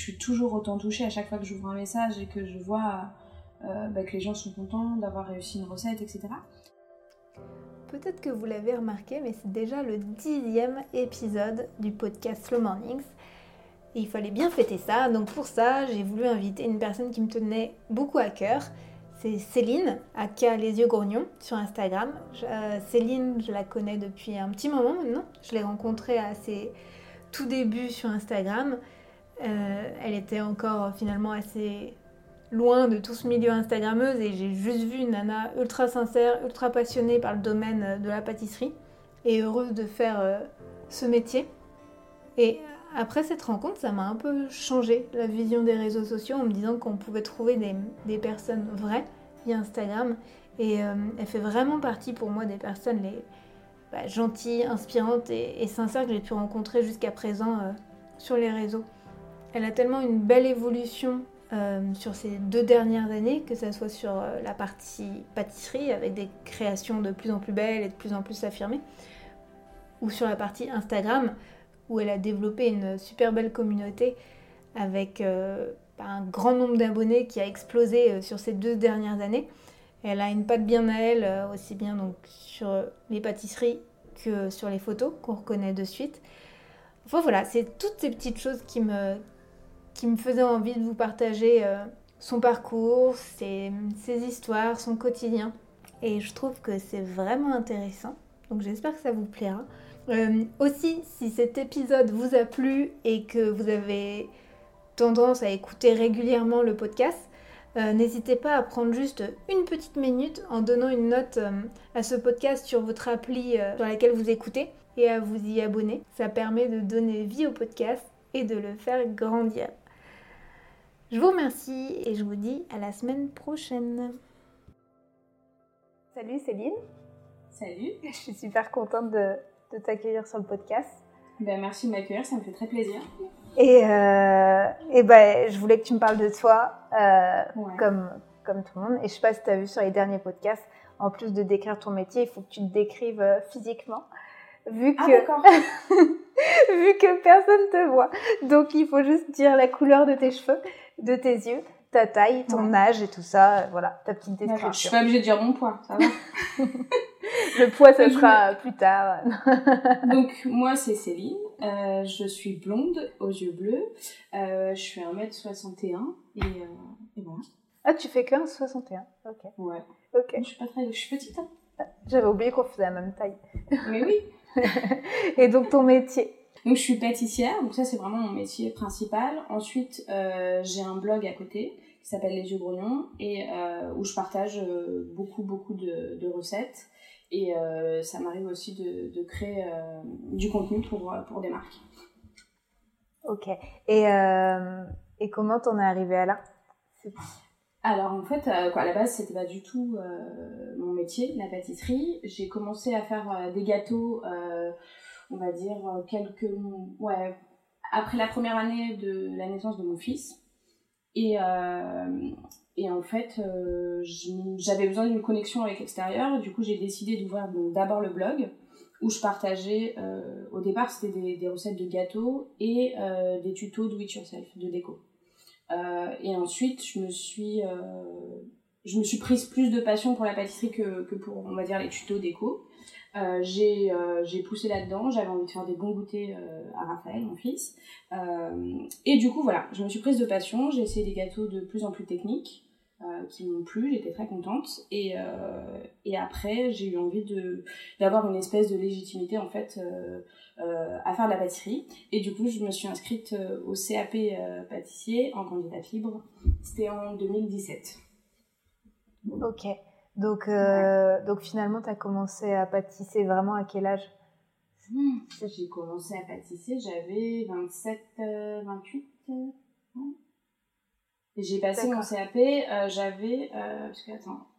suis toujours autant touchée à chaque fois que j'ouvre un message et que je vois que les gens sont contents d'avoir réussi une recette, etc. Peut-être que vous l'avez remarqué, mais c'est déjà le 10e épisode du podcast Slow Mornings. Et il fallait bien fêter ça, donc pour ça, j'ai voulu inviter une personne qui me tenait beaucoup à cœur. C'est Céline, aka Les Yeux Grognons, sur Instagram. Céline, je la connais depuis un petit moment maintenant. Je l'ai rencontrée à ses tout débuts sur Instagram. Elle était encore finalement assez loin de tout ce milieu instagrammeuse et j'ai juste vu une nana ultra sincère, ultra passionnée par le domaine de la pâtisserie et heureuse de faire ce métier. Et après cette rencontre, ça m'a un peu changé la vision des réseaux sociaux en me disant qu'on pouvait trouver des personnes vraies via Instagram. Et elle fait vraiment partie pour moi des personnes gentilles, inspirantes et sincères que j'ai pu rencontrer jusqu'à présent sur les réseaux. Elle a tellement une belle évolution sur ces 2 dernières années, que ce soit sur la partie pâtisserie avec des créations de plus en plus belles et de plus en plus affirmées, ou sur la partie Instagram où elle a développé une super belle communauté avec un grand nombre d'abonnés qui a explosé sur ces 2 dernières années. Elle a une patte bien à elle, aussi bien donc sur les pâtisseries que sur les photos qu'on reconnaît de suite. Enfin voilà, c'est toutes ces petites choses qui me faisaient envie de vous partager son parcours, ses histoires, son quotidien. Et je trouve que c'est vraiment intéressant. Donc j'espère que ça vous plaira. Aussi, si cet épisode vous a plu et que vous avez tendance à écouter régulièrement le podcast, n'hésitez pas à prendre juste une petite minute en donnant une note à ce podcast sur votre appli sur laquelle vous écoutez et à vous y abonner. Ça permet de donner vie au podcast et de le faire grandir. Je vous remercie et je vous dis à la semaine prochaine. Salut Céline. Salut. Je suis super contente de t'accueillir sur le podcast. Merci de m'accueillir, ça me fait très plaisir. Et je voulais que tu me parles de toi, comme tout le monde. Et je sais pas si tu as vu sur les derniers podcasts, en plus de décrire ton métier, il faut que tu te décrives physiquement. D'accord. Vu que personne te voit. Donc il faut juste dire la couleur de tes cheveux, de tes yeux, ta taille, ton âge et tout ça. Voilà, ta petite description. D'accord, je suis pas obligée de dire mon poids, ça va. Le poids, ça sera plus tard. Donc, moi, c'est Céline. Je suis blonde, aux yeux bleus. Je fais 1m61 et voilà. Ah, tu fais que 1m61. Ok. Ouais. Ok. Je suis petite, hein. J'avais oublié qu'on faisait la même taille. Mais oui. Et donc, ton métier? Donc, je suis pâtissière. Donc, ça, c'est vraiment mon métier principal. Ensuite, j'ai un blog à côté qui s'appelle Les Yeux Grognons et où je partage beaucoup de recettes. Et ça m'arrive aussi de créer du contenu pour des marques. Ok. Et comment t'en es arrivée à là? Alors en fait, à la base, c'était pas du tout mon métier, la pâtisserie. J'ai commencé à faire des gâteaux, on va dire, après la première année de la naissance de mon fils. Et en fait, j'avais besoin d'une connexion avec l'extérieur. Du coup, j'ai décidé d'ouvrir d'abord le blog où je partageais, au départ, c'était des recettes de gâteaux et des tutos do it yourself, de déco. Et ensuite, je me suis prise plus de passion pour la pâtisserie que pour, on va dire, les tutos déco. J'ai poussé là-dedans, j'avais envie de faire des bons goûters à Raphaël, mon fils. Et du coup, voilà, je me suis prise de passion, j'ai essayé des gâteaux de plus en plus techniques qui m'ont plu, j'étais très contente. Et après, j'ai eu envie d'avoir une espèce de légitimité, en fait, à faire de la pâtisserie. Et du coup, je me suis inscrite au CAP pâtissier en candidate libre. C'était en 2017. Ok. Donc finalement, tu as commencé à pâtisser vraiment à quel âge? J'ai commencé à pâtisser, j'avais 27, 28. Et j'ai passé mon CAP, j'avais... parce que, attends...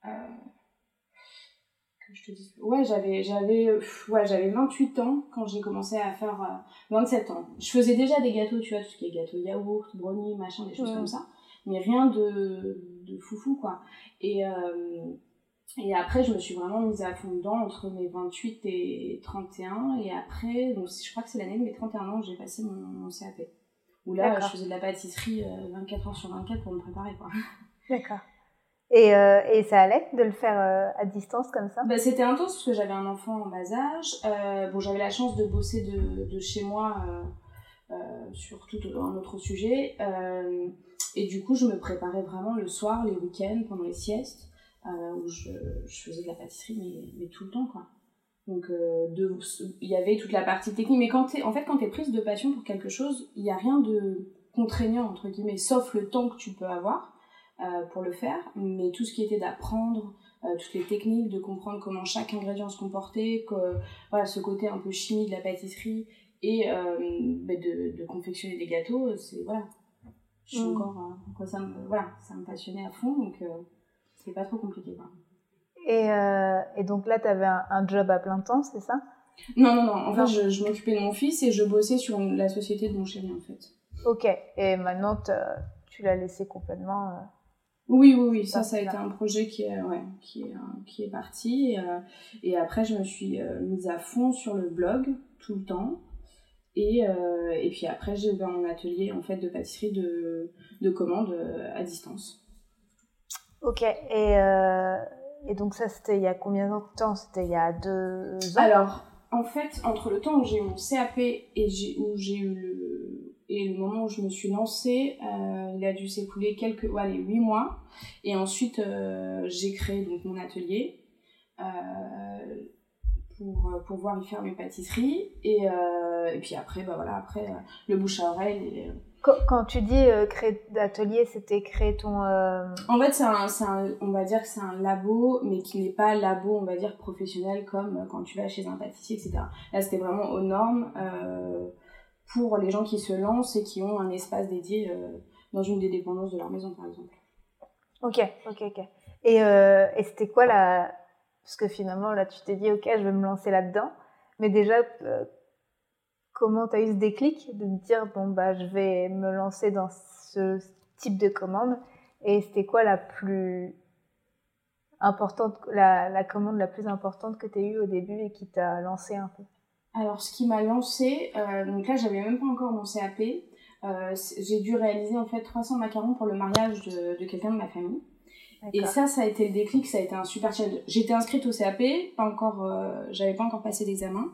que je te dise... Ouais, j'avais 28 ans quand j'ai commencé à faire... 27 ans. Je faisais déjà des gâteaux, tu vois, tout ce qui est gâteau yaourt, brownie, machin, des choses comme ça. Mais rien de foufou, quoi. Et après, je me suis vraiment mise à fond dedans entre mes 28 et 31. Et après, donc je crois que c'est l'année de mes 31 ans que j'ai passé mon CAP. où là, D'accord. je faisais de la pâtisserie 24 heures sur 24 pour me préparer, quoi. D'accord. Et ça allait de le faire à distance comme ça? Bah, c'était intense parce que j'avais un enfant en bas âge. Bon, j'avais la chance de bosser de chez moi sur tout un autre sujet. Et du coup, je me préparais vraiment le soir, les week-ends, pendant les siestes, où je faisais de la pâtisserie, mais tout le temps, quoi. Donc, il y avait toute la partie technique. Mais quand t'es prise de passion pour quelque chose, il n'y a rien de contraignant, entre guillemets, sauf le temps que tu peux avoir pour le faire. Mais tout ce qui était d'apprendre, toutes les techniques, de comprendre comment chaque ingrédient se comportait, voilà, ce côté un peu chimie de la pâtisserie et de confectionner des gâteaux, c'est, voilà. Je suis encore... ça me passionnait à fond, donc c'est pas trop compliqué, quoi. Et donc là, tu avais un job à plein temps, c'est ça? Non. En fait, je m'occupais de mon fils et je bossais sur la société de mon chéri, en fait. Ok. Et maintenant, tu l'as laissé complètement... Oui. Ça a été un projet qui est parti. Et après, je me suis mise à fond sur le blog, tout le temps. Et puis après, j'ai ouvert mon atelier, en fait, de pâtisserie de commande à distance. Ok. Et donc ça, c'était il y a combien de temps? C'était il y a 2 ans? Alors, en fait, entre le temps où j'ai eu mon CAP et le moment où je me suis lancée, il a dû s'écouler 8 mois. Et ensuite, j'ai créé donc mon atelier pour pouvoir y faire mes pâtisseries. Et puis après, le bouche à oreille. Quand tu dis créer d'atelier, c'était créer ton... En fait, on va dire que c'est un labo, mais qui n'est pas labo, on va dire, professionnel, comme quand tu vas chez un pâtissier, etc. Là, c'était vraiment aux normes pour les gens qui se lancent et qui ont un espace dédié dans une des dépendances de leur maison, par exemple. Ok. Et c'était quoi Parce que finalement, là, tu t'es dit, ok, je vais me lancer là-dedans. Mais déjà... Comment tu as eu ce déclic de te dire, je vais me lancer dans ce type de commande? Et c'était quoi la plus importante, la commande la plus importante que tu as eue au début et qui t'a lancé un peu? Alors, ce qui m'a lancé, donc là, j'avais même pas encore mon CAP. J'ai dû réaliser en fait 300 macarons pour le mariage de quelqu'un de ma famille. D'accord. Et ça a été le déclic, ça a été un super challenge. J'étais inscrite au CAP, j'avais pas encore passé l'examen.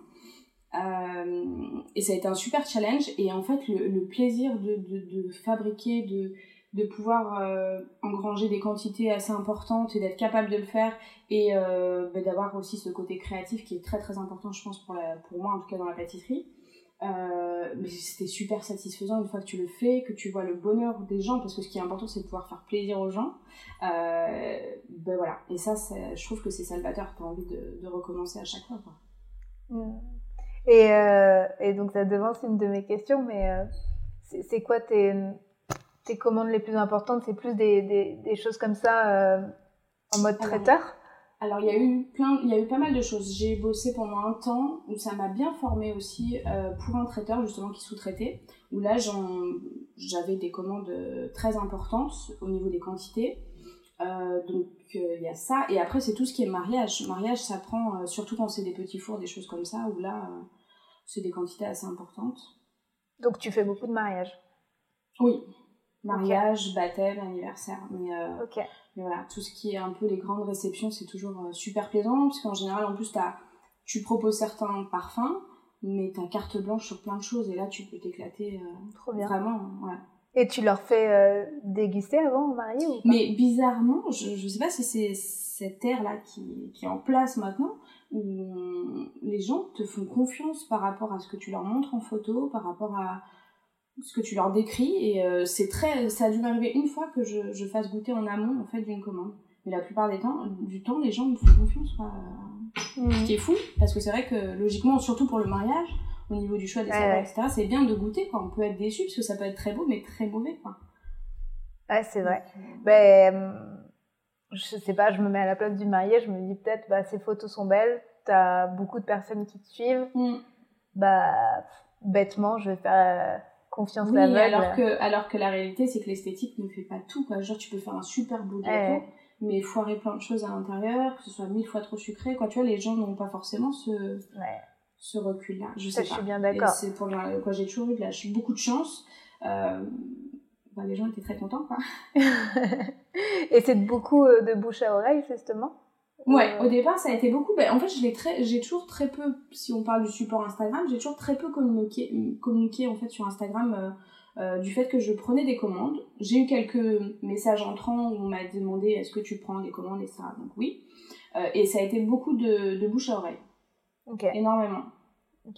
Et ça a été un super challenge, et en fait le plaisir de fabriquer, de pouvoir engranger des quantités assez importantes et d'être capable de le faire, et d'avoir aussi ce côté créatif qui est très très important, je pense, pour moi en tout cas dans la pâtisserie. Mais c'était super satisfaisant une fois que tu le fais, que tu vois le bonheur des gens, parce que ce qui est important, c'est de pouvoir faire plaisir aux gens. Voilà, et ça, je trouve que c'est salvateur, t'as envie de recommencer à chaque fois, quoi. Et donc ça devance une de mes questions, mais c'est quoi tes commandes les plus importantes? C'est plus des choses comme ça en mode traiteur? Alors il y a eu pas mal de choses. J'ai bossé pendant un temps où ça m'a bien formée aussi pour un traiteur justement qui sous-traitait, où là j'avais des commandes très importantes au niveau des quantités. Donc il y a ça, et après c'est tout ce qui est mariage, ça prend surtout quand c'est des petits fours, des choses comme ça, où là c'est des quantités assez importantes. Donc tu fais beaucoup de mariages? Oui, mariage, baptême, anniversaire, mais voilà, tout ce qui est un peu les grandes réceptions, c'est toujours super plaisant, parce qu'en général en plus tu proposes certains parfums, mais t'as carte blanche sur plein de choses, et là tu peux t'éclater. Trop bien. Vraiment, ouais. Et tu leur fais déguster avant au marié ou pas? Mais bizarrement, je sais pas si c'est cette ère-là qui est en place maintenant, où les gens te font confiance par rapport à ce que tu leur montres en photo, par rapport à ce que tu leur décris, et ça a dû m'arriver une fois que je fasse goûter en amont en fait d'une commande. Mais la plupart du temps, les gens me font confiance, quoi. Ce qui est fou, parce que c'est vrai que logiquement, surtout pour le mariage, au niveau du choix des saveurs, etc., c'est bien de goûter, quoi. On peut être déçu parce que ça peut être très beau, mais très mauvais, quoi. Ouais, c'est vrai. Je sais pas, je me mets à la place du marié, je me dis peut-être, ces photos sont belles, t'as beaucoup de personnes qui te suivent, bêtement, je vais faire confiance aveugle. Alors que la réalité, c'est que l'esthétique ne fait pas tout, quoi. Genre, tu peux faire un super beau gâteau, mais foirer plein de choses à l'intérieur, que ce soit 1000 fois trop sucré, quoi. Tu vois, les gens n'ont pas forcément ce recul-là. Je suis bien d'accord. Et c'est j'ai toujours eu beaucoup de chance. les gens étaient très contents, quoi. Et c'est beaucoup de bouche à oreille, justement? Ouais, au départ, ça a été beaucoup. En fait, j'ai toujours très peu, si on parle du support Instagram, j'ai toujours très peu communiqué en fait, sur Instagram du fait que je prenais des commandes. J'ai eu quelques messages entrants où on m'a demandé est-ce que tu prends des commandes, etc. Donc oui. Et ça a été beaucoup de bouche à oreille. Ok. Énormément. Ok.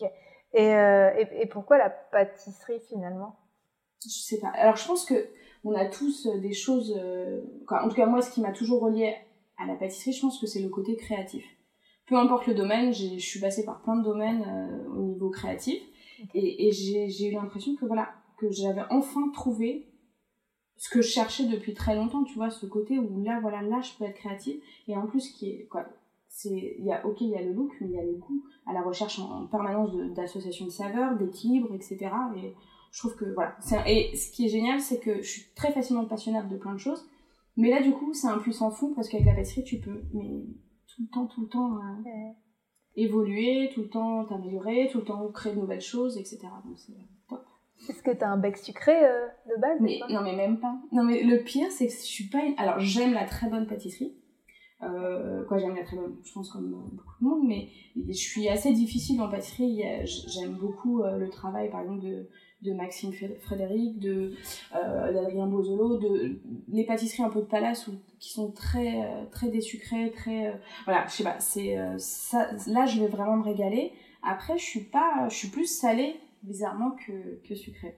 Et pourquoi la pâtisserie, finalement? Je sais pas. Alors, je pense qu'on a tous des choses... en tout cas, moi, ce qui m'a toujours reliée à la pâtisserie, je pense que c'est le côté créatif. Peu importe le domaine, je suis passée par plein de domaines au niveau créatif. Okay. Et j'ai eu l'impression que j'avais enfin trouvé ce que je cherchais depuis très longtemps, tu vois, ce côté où là, je peux être créative. Et en plus, il y a le look, mais il y a le goût, à la recherche en permanence d'associations de saveurs, d'équilibre, etc. Et je trouve que, et ce qui est génial, c'est que je suis très facilement passionnable de plein de choses. Mais là, du coup, c'est un plus sans fond, parce qu'avec la pâtisserie, tu peux tout le temps évoluer, tout le temps t'améliorer, tout le temps créer de nouvelles choses, etc. Donc c'est top. Est-ce que t'as un bec sucré de base? Non, mais même pas. Non, mais le pire, c'est que je suis pas... Alors, j'aime la très bonne pâtisserie. J'aime la très bonne, je pense, comme beaucoup de monde, mais je suis assez difficile en pâtisserie. J'aime beaucoup le travail, par exemple, de Maxime Frédéric, d'Adrien Bozzolo, les pâtisseries un peu de palace qui sont très, très désucrées, très... je sais pas, ça, là, je vais vraiment me régaler. Après, je suis plus salée, bizarrement, que sucrée.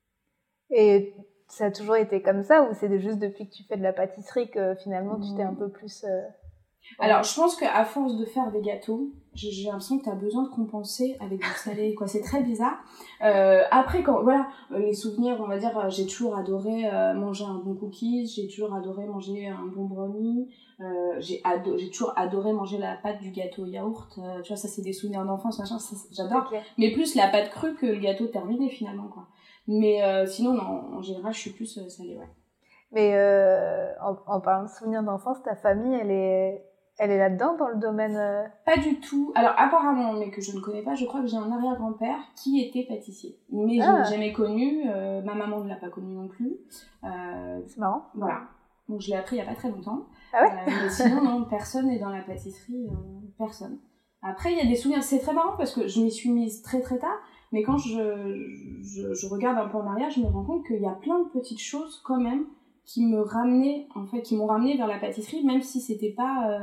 Et ça a toujours été comme ça, ou c'est juste depuis que tu fais de la pâtisserie que finalement tu t'es un peu plus... Alors, je pense qu'à force de faire des gâteaux, j'ai l'impression que tu as besoin de compenser avec du salé, quoi. C'est très bizarre. Après, les souvenirs, on va dire, j'ai toujours adoré manger un bon cookies, j'ai toujours adoré manger un bon brownie, j'ai toujours adoré manger la pâte du gâteau au yaourt. Tu vois, ça, c'est des souvenirs d'enfance, machin, ça, j'adore. Okay. Mais plus la pâte crue que le gâteau terminé, finalement, quoi. Mais sinon, non, en général, je suis plus salée, ouais. Mais en parlant de souvenirs d'enfance, ta famille, elle est là-dedans, dans le domaine Pas du tout. Alors, apparemment, mais que je ne connais pas, je crois que j'ai un arrière-grand-père qui était pâtissier. Mais je ne l'ai jamais connu. Ma maman ne l'a pas connu non plus. C'est marrant. Voilà. Donc, je l'ai appris il n'y a pas très longtemps. Ah ouais mais sinon, non, personne n'est dans la pâtisserie. Personne. Après, il y a des souvenirs. C'est très marrant parce que je m'y suis mise très très tard. Mais quand je regarde un peu en arrière, je me rends compte qu'il y a plein de petites choses quand même qui m'ont ramené vers la pâtisserie, même si c'était pas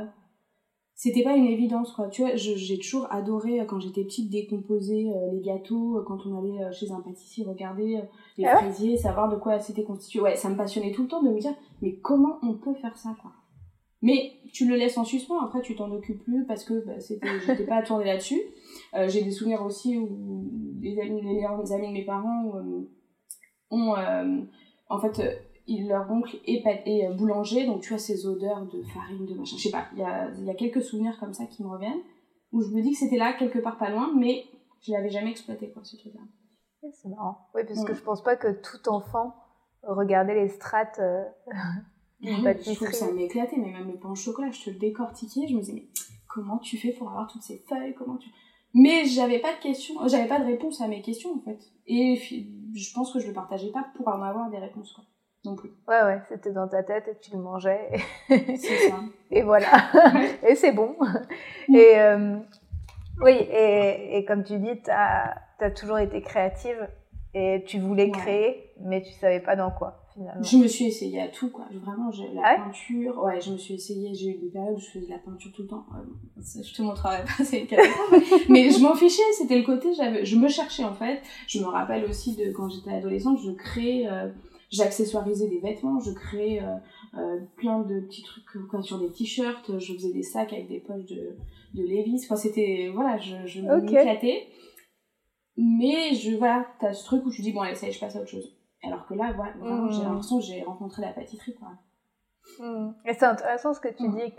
une évidence, quoi. Tu vois, j'ai toujours adoré quand j'étais petite décomposer les gâteaux, quand on allait chez un pâtissier regarder les fraisiers, savoir de quoi c'était constitué. Ouais, ça me passionnait tout le temps de me dire mais comment on peut faire ça, quoi. Mais tu le laisses en suspens, après tu t'en occupes plus parce que j'étais pas tournée là-dessus. J'ai des souvenirs aussi où les meilleurs amis de mes parents ont en fait leur oncle est boulanger, donc tu as ces odeurs de farine, de machin, je sais pas, il y a quelques souvenirs comme ça qui me reviennent, où je me dis que c'était là, quelque part pas loin, mais je l'avais jamais exploité, quoi, ce truc-là. C'est marrant. Oui, parce que je pense pas que tout enfant regardait les strates d'une pâtisserie. Je trouve que ça m'éclatait, mais même le pain au chocolat, je te le décortiquais, je me disais, mais comment tu fais pour avoir toutes ces feuilles, Mais j'avais pas de réponse à mes questions, en fait. Et je pense que je le partageais pas pour en avoir des réponses, quoi. Non plus. Ouais, c'était dans ta tête et tu le mangeais. C'est ça. Et voilà. Et c'est bon. Et et comme tu dis, t'as toujours été créative et tu voulais créer, mais tu savais pas dans quoi, finalement. Je me suis essayée à tout, quoi. Vraiment, peinture. Ouais, je me suis essayée. J'ai eu des périodes où je faisais de la peinture tout le temps. Je te montrerai pas, c'est une catastrophe. Mais je m'en fichais. C'était le côté, je me cherchais, en fait. Je me rappelle aussi de quand j'étais adolescente, je créais... j'accessoirisais des vêtements, je créais plein de petits trucs sur des t-shirts, je faisais des sacs avec des poches de Levi's, enfin c'était, je m'éclatais. Mais t'as ce truc où tu dis, bon allez, ça y est, je passe à autre chose. Alors que là, vraiment, j'ai l'impression que j'ai rencontré la pâtisserie, quoi. Et c'est intéressant ce que tu dis,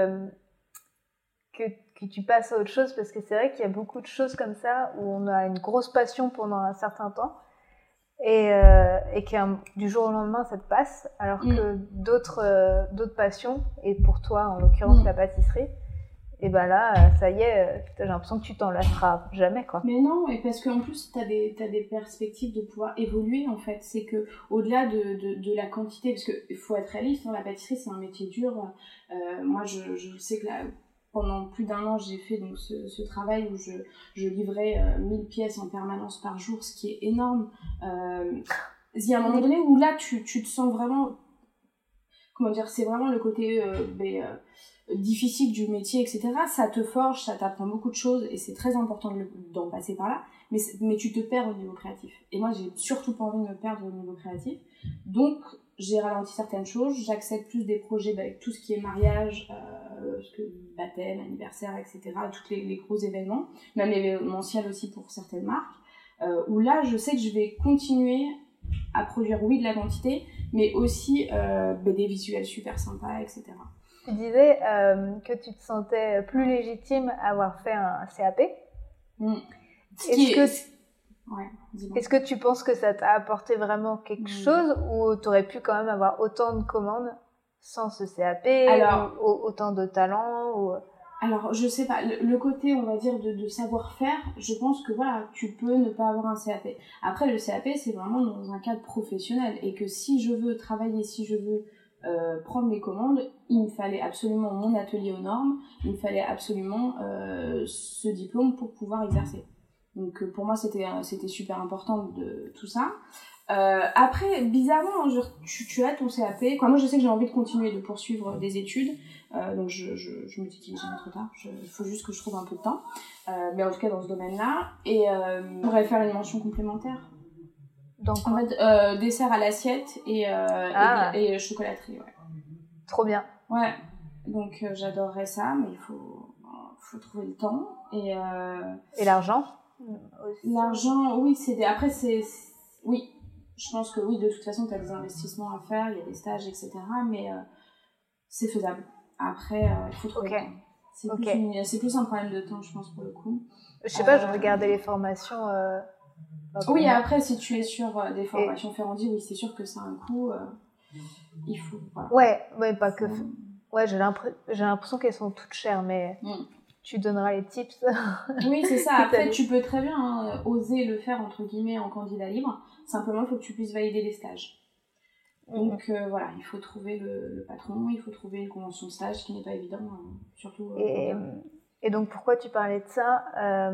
que tu passes à autre chose, parce que c'est vrai qu'il y a beaucoup de choses comme ça où on a une grosse passion pendant un certain temps, et que du jour au lendemain ça te passe, alors que d'autres passions, et pour toi en l'occurrence la pâtisserie, et ben là, ça y est, j'ai l'impression que tu t'en lasseras jamais, quoi. Mais non, et parce qu'en plus, t'as des perspectives de pouvoir évoluer, en fait. C'est que au-delà de la quantité, parce qu'il faut être réaliste, hein, la pâtisserie, c'est un métier dur. Moi, je sais que là, pendant plus d'1 an, j'ai fait donc, ce travail où je livrais 1000 pièces en permanence par jour, ce qui est énorme. Il y a un moment donné où là, tu te sens vraiment... Comment dire, c'est vraiment le côté difficile du métier, etc. Ça te forge, ça t'apprend beaucoup de choses et c'est très important d'en passer par là, mais tu te perds au niveau créatif. Et moi, j'ai surtout pas envie de me perdre au niveau créatif. Donc, j'ai ralenti certaines choses, j'accepte plus des projets avec tout ce qui est mariage, baptême, anniversaire, etc. Tous les gros événements, même événementiels aussi pour certaines marques, où là, je sais que je vais continuer à produire, oui, de la quantité, mais aussi des visuels super sympas, etc. Tu disais que tu te sentais plus légitime à avoir fait un CAP. Est-ce que tu penses que ça t'a apporté vraiment quelque chose ou t'aurais pu quand même avoir autant de commandes sans ce CAP, ou autant de talent Alors, je sais pas, le côté, on va dire, de savoir-faire, je pense que voilà, tu peux ne pas avoir un CAP. Après, le CAP, c'est vraiment dans un cadre professionnel et que si je veux travailler, si je veux prendre mes commandes, il me fallait absolument mon atelier aux normes, il me fallait absolument ce diplôme pour pouvoir exercer. Donc pour moi c'était super important de tout ça. Après bizarrement tu as ton CAP. Moi je sais que j'ai envie de continuer de poursuivre des études, donc je me dis qu'il est jamais trop tard, il faut juste que je trouve un peu de temps, mais en tout cas dans ce domaine-là. Et j'aimerais faire une mention complémentaire. Donc en fait dessert à l'assiette et chocolaterie, ouais. Trop bien. Ouais, donc j'adorerais ça, mais il faut trouver le temps et l'argent aussi. L'argent, oui, après oui, je pense que oui, de toute façon tu as des investissements à faire, il y a des stages, etc., mais c'est faisable. Après il faut trouver le temps. C'est plus un problème de temps, je pense, pour le coup. Je sais pas, je regardais les formations oui, après si tu es sur des formations Ferrandi, oui, c'est sûr que c'est un coût. Il faut, voilà. Ouais, pas que. Ouais, j'ai l'impression qu'elles sont toutes chères, mais tu donneras les tips. Oui, c'est ça. Après, tu peux très bien oser le faire, entre guillemets, en candidat libre. Simplement, il faut que tu puisses valider les stages. Donc, voilà, il faut trouver le patron, il faut trouver une convention de stage, ce qui n'est pas évident, surtout. Et donc, pourquoi tu parlais de ça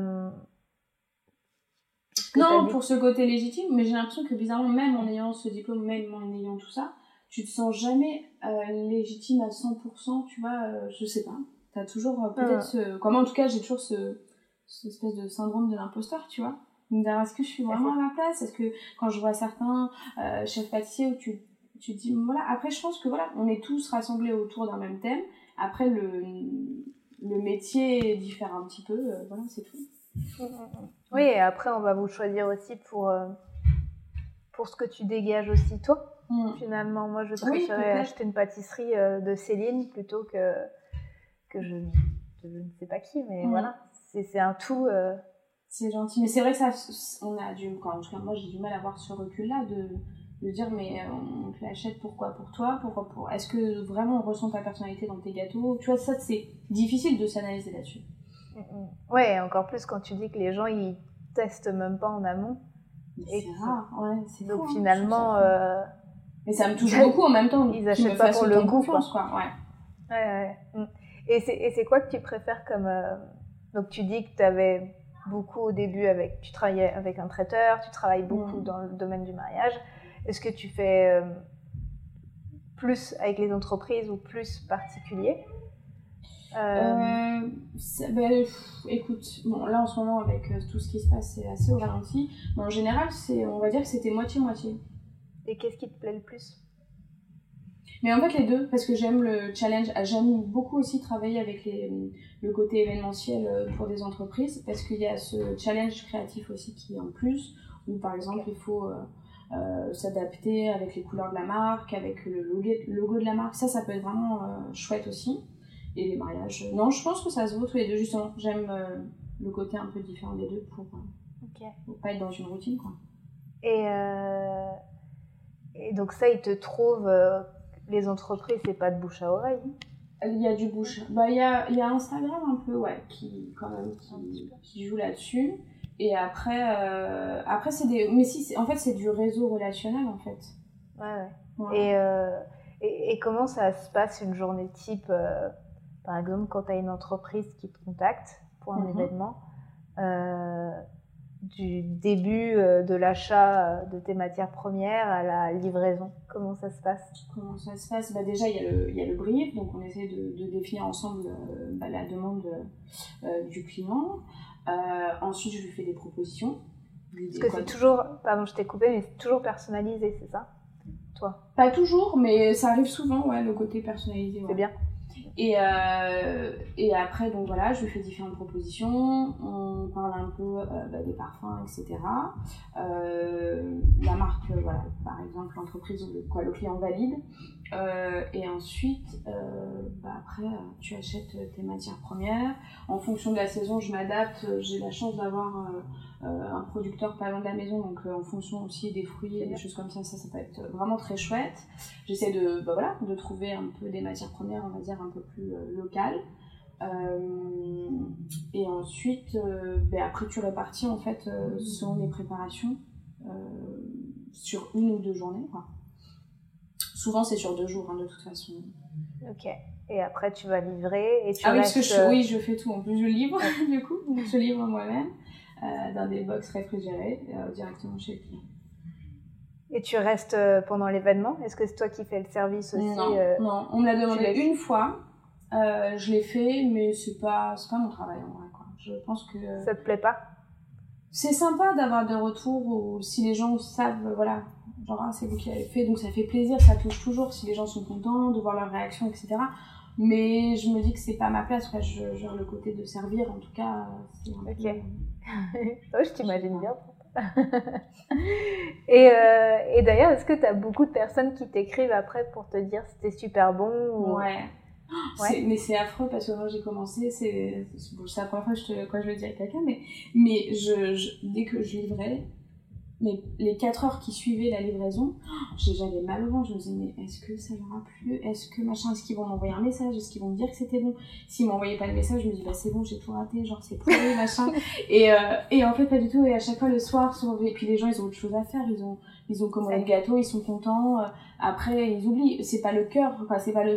Non, pour ce côté légitime, mais j'ai l'impression que bizarrement, même en ayant ce diplôme, même en ayant tout ça, tu te sens jamais légitime à 100%, tu vois, je sais pas. T'as toujours peut-être comme en tout cas, j'ai toujours ce espèce de syndrome de l'imposteur, tu vois. Me dire, est-ce que je suis vraiment à ma place? Est-ce que quand je vois certains chefs pâtissiers où tu te dis, voilà, après je pense que voilà, on est tous rassemblés autour d'un même thème. Après, le métier diffère un petit peu, voilà, c'est tout. Oui, et après, on va vous choisir aussi pour ce que tu dégages aussi, toi. Finalement, moi, je préférais acheter une pâtisserie de Céline plutôt que je ne sais pas qui, mais voilà, c'est un tout. C'est gentil, mais c'est vrai que ça, on a en tout cas, moi, j'ai du mal à avoir ce recul-là de dire, mais on te l'achète pourquoi? Pour toi? Est-ce que vraiment on ressent ta personnalité dans tes gâteaux? Tu vois, ça, c'est difficile de s'analyser là-dessus. Ouais, encore plus quand tu dis que les gens ils testent même pas en amont. C'est rare, ouais, c'est donc fou, finalement. Mais ça me touche beaucoup en même temps. Ils achètent pas pour le goût, quoi. Ouais. Et c'est quoi que tu préfères comme. Donc tu dis que tu avais beaucoup au début tu travaillais avec un traiteur, tu travailles beaucoup dans le domaine du mariage. Est-ce que tu fais plus avec les entreprises ou plus particulier? Écoute, bon, là en ce moment avec tout ce qui se passe, c'est assez au ralenti. Mais en général, on va dire que c'était moitié-moitié. Et qu'est-ce qui te plaît le plus? Mais en fait les deux, parce que j'aime le challenge. J'aime beaucoup aussi travailler avec le côté événementiel pour des entreprises, parce qu'il y a ce challenge créatif aussi qui est en plus, où par exemple il faut s'adapter avec les couleurs de la marque, avec le logo de la marque. Ça peut être vraiment chouette aussi. Et les mariages, non, je pense que ça se vaut tous les deux, justement. J'aime le côté un peu différent des deux pour pas être dans une routine, quoi. Et donc ça, ils te trouvent, les entreprises, c'est pas de bouche à oreille? Il y a du bouche. Il y a Instagram un peu, ouais, qui joue là-dessus. Et après c'est des... Mais si, en fait, c'est du réseau relationnel, en fait. Ouais. Et comment ça se passe une journée type, par exemple, quand tu as une entreprise qui te contacte pour un événement, du début de l'achat de tes matières premières à la livraison, comment ça se passe? Déjà, il y a le brief, donc on essaie de définir ensemble la demande du client. Ensuite, je lui fais des propositions. Parce que c'est toujours, pardon, je t'ai coupé, mais c'est toujours personnalisé, c'est ça? Toi? Pas toujours, mais ça arrive souvent, ouais, le côté personnalisé. Ouais. C'est bien. Et après, donc voilà, je lui fais différentes propositions, on parle un peu des parfums, etc. La marque, voilà, par exemple, l'entreprise ou le client valide. Et ensuite, après, tu achètes tes matières premières. En fonction de la saison, je m'adapte. J'ai la chance d'avoir un producteur pas loin de la maison, donc en fonction aussi des fruits et des choses comme ça peut être vraiment très chouette. J'essaie de trouver un peu des matières premières, on va dire, un peu plus locales. Et ensuite, après tu répartis en fait selon les préparations sur 1 ou 2 journées, quoi. Souvent c'est sur 2 jours, hein, de toute façon. Ok. Et après tu vas livrer et tu restes... parce que je fais tout. En plus je livre, du coup, donc je livre moi-même dans des box réfrigérées directement chez le client. Et tu restes pendant l'événement? Est-ce que c'est toi qui fais le service aussi? Non, on me l'a demandé une fois. Je l'ai fait, mais c'est pas mon travail en vrai, quoi. Je pense que... Ça te plaît pas? C'est sympa d'avoir des retours où si les gens savent, voilà, genre c'est vous qui l'avez fait, donc ça fait plaisir, ça touche toujours si les gens sont contents de voir leur réaction, etc. Mais je me dis que c'est pas ma place, quoi. Genre le côté de servir, en tout cas, c'est un peu... Ouais, je t'imagine bien. Et d'ailleurs, est-ce que tu as beaucoup de personnes qui t'écrivent après pour te dire c'était super bon ou... Ouais. Mais c'est affreux parce que quand j'ai commencé, c'est la première fois que je le dis à quelqu'un, mais dès que je livrais, mais les 4 heures qui suivaient la livraison, j'avais mal au ventre. Je me disais, mais est-ce que ça leur a plu? Est-ce qu'ils vont m'envoyer un message? Est-ce qu'ils vont me dire que c'était bon? S'ils m'envoyaient pas le message, je me dis, c'est bon, j'ai tout raté, genre c'est pourri, machin. Et en fait, pas du tout. Et à chaque fois, le soir, et puis les gens, ils ont autre chose à faire. Ils ont commandé le gâteau, ils sont contents. Après, ils oublient. C'est pas le cœur, enfin, c'est pas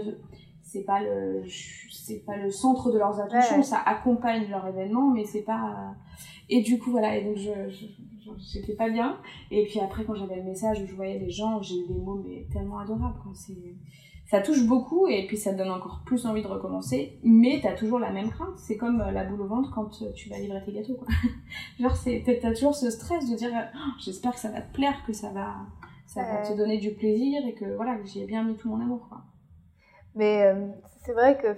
le centre de leurs attentions, ça accompagne leur événement, mais c'est pas... Et du coup, voilà, et donc j'étais pas bien. Et puis après, quand j'avais le message où je voyais les gens, j'ai eu des mots mais tellement adorables, quoi. Ça touche beaucoup, et puis ça te donne encore plus envie de recommencer, mais t'as toujours la même crainte. C'est comme la boule au ventre quand tu vas livrer tes gâteaux, quoi. Genre, t'as toujours ce stress de dire j'espère que ça va te plaire, que ça va te donner du plaisir, et que voilà, j'y ai bien mis tout mon amour, quoi. Mais c'est vrai que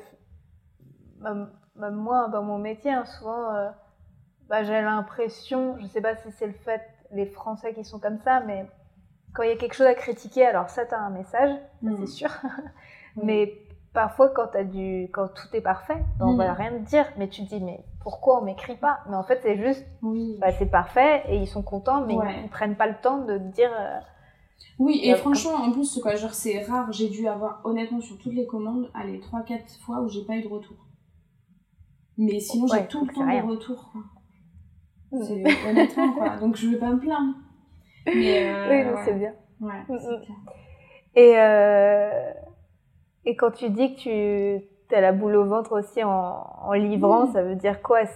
moi, dans mon métier, souvent, j'ai l'impression, je sais pas si c'est le fait, les Français qui sont comme ça, mais quand il y a quelque chose à critiquer, alors ça, t'as un message, ça, c'est sûr. Mais parfois, quand tout est parfait, on va rien te dire, mais tu te dis, mais pourquoi on m'écrit pas? Mais en fait, c'est juste, c'est parfait, et ils sont contents, mais ils prennent pas le temps de te dire... Oui, et franchement, en plus, quoi, genre, c'est rare. J'ai dû avoir, honnêtement, sur toutes les commandes, 3-4 fois où j'ai pas eu de retour. Mais sinon, j'ai tout le temps des retours, quoi. C'est honnêtement, quoi. Donc, je vais pas me plaindre. Mais, oui, c'est bien. Ouais, c'est clair. Et quand tu dis que tu as la boule au ventre aussi en livrant, ça veut dire quoi?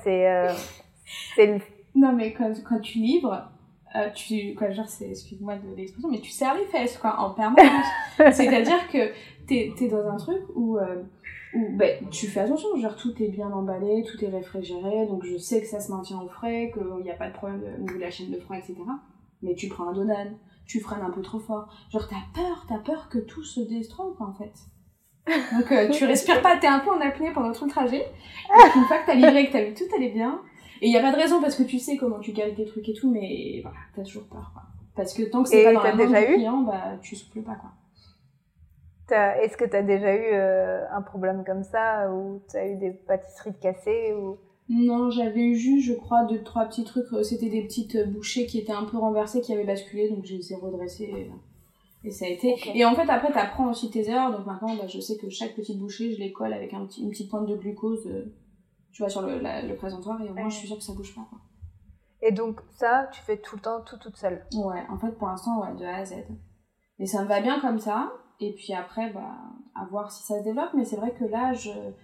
Non, mais quand tu livres... excuse-moi de l'expression, mais tu serres les fesses, quoi, en permanence. C'est-à-dire que t'es dans un truc où tu fais attention, genre tout est bien emballé, tout est réfrigéré, donc je sais que ça se maintient au frais, qu'il n'y a pas de problème au niveau de la chaîne de froid, etc. Mais tu prends un Danone, tu freines un peu trop fort. Genre t'as peur que tout se destroie, quoi, en fait. Donc tu respires pas, t'es un peu en apnée pendant tout le trajet. Et une fois que t'as livré, que t'as vu tout allait bien. Et il n'y a pas de raison parce que tu sais comment tu cales tes trucs et tout, mais voilà, t'as toujours peur, quoi. Parce que tant que c'est pas dans la main du client, tu souffles pas, quoi. Est-ce que t'as déjà eu un problème comme ça, ou t'as eu des pâtisseries cassées ou... Non, j'avais eu juste, je crois, 2-3 petits trucs. C'était des petites bouchées qui étaient un peu renversées, qui avaient basculé, donc j'ai essayé de redresser. Et ça a été... Okay. Et en fait, après, t'apprends aussi tes erreurs. Donc maintenant, bah, je sais que chaque petite bouchée, je les colle avec une petite pointe de glucose, tu vois, sur le présentoir. Et au moins, je suis sûre que ça bouge pas, quoi. Et donc, ça, tu fais tout le temps, toute seule? Ouais, en fait, pour l'instant, ouais, de A à Z. Mais ça me va bien comme ça. Et puis après, bah, à voir si ça se développe. Mais c'est vrai que là,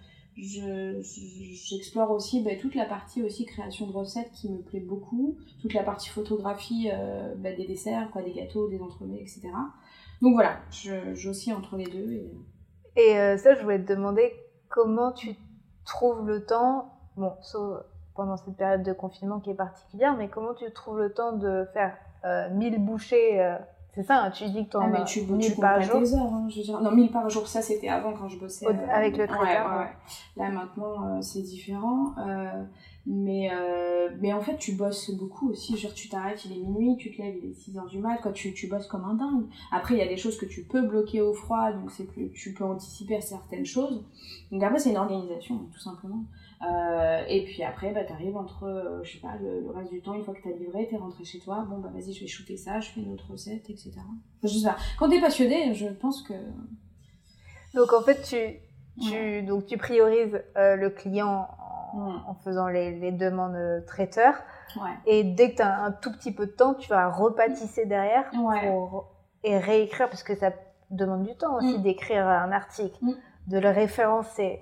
j'explore aussi toute la partie aussi création de recettes qui me plaît beaucoup. Toute la partie photographie des desserts, quoi, des gâteaux, des entremets, etc. Donc voilà, j'oscille entre les deux. Et ça, je voulais te demander comment tu trouves le temps, bon, sauf pendant cette période de confinement qui est particulière, mais comment tu trouves le temps de faire 1000 bouchées c'est ça, hein, tu dis que tu en as 1000 par jour. Tes heures, hein, je veux dire. Non, 1000 par jour, ça c'était avant quand je bossais. Avec le traiteur. Ouais. Là maintenant, c'est différent. Mais en fait, tu bosses beaucoup aussi. Genre, tu t'arrêtes, il est minuit, tu te lèves, il est 6h du mat, quoi. Tu bosses comme un dingue. Après, il y a des choses que tu peux bloquer au froid, donc tu peux anticiper à certaines choses. Donc après, c'est une organisation, tout simplement. Et puis après, t'arrives entre, je sais pas, le reste du temps, une fois que t'as livré, t'es rentré chez toi, bon vas-y, je vais shooter ça, je fais une autre recette, etc. Je sais pas. Quand t'es passionné, je pense que... Donc en fait, tu priorises le client en faisant les demandes traiteurs. Ouais. Et dès que t'as un tout petit peu de temps, tu vas repâtisser derrière et réécrire, parce que ça demande du temps aussi d'écrire un article, de le référencer,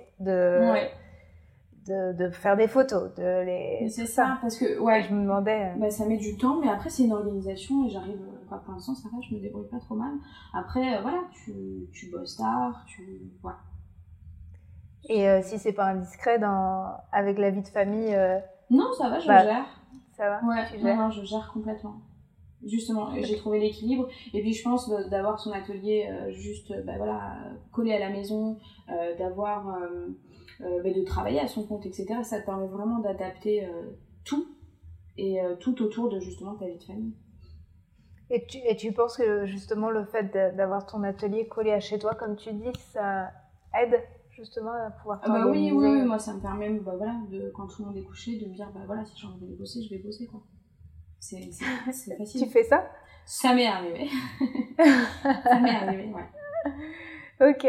de faire des photos, c'est ça, parce que je me demandais ça met du temps, mais après c'est une organisation et j'arrive, pour l'instant ça va, je me débrouille pas trop mal. Après voilà, tu bosses tard, voilà. Et si c'est pas indiscret, avec la vie de famille non, ça va, je gère. Ça va, ouais, tu gères. Non, je gère complètement. Justement, j'ai trouvé l'équilibre. Et puis je pense d'avoir son atelier juste collé à la maison, d'avoir de travailler à son compte, etc. Ça te permet vraiment d'adapter tout et tout autour de justement ta vie de famille. Et tu penses que justement le fait d'avoir ton atelier collé à chez toi, comme tu dis, ça aide justement à pouvoir t'organiser? Oui, moi ça me permet quand tout le monde est couché, de me dire si j'ai envie de bosser, je vais bosser, quoi. C'est facile. Tu fais ça? Ça m'est arrivé. Ça m'est arrivé, ouais. Ok.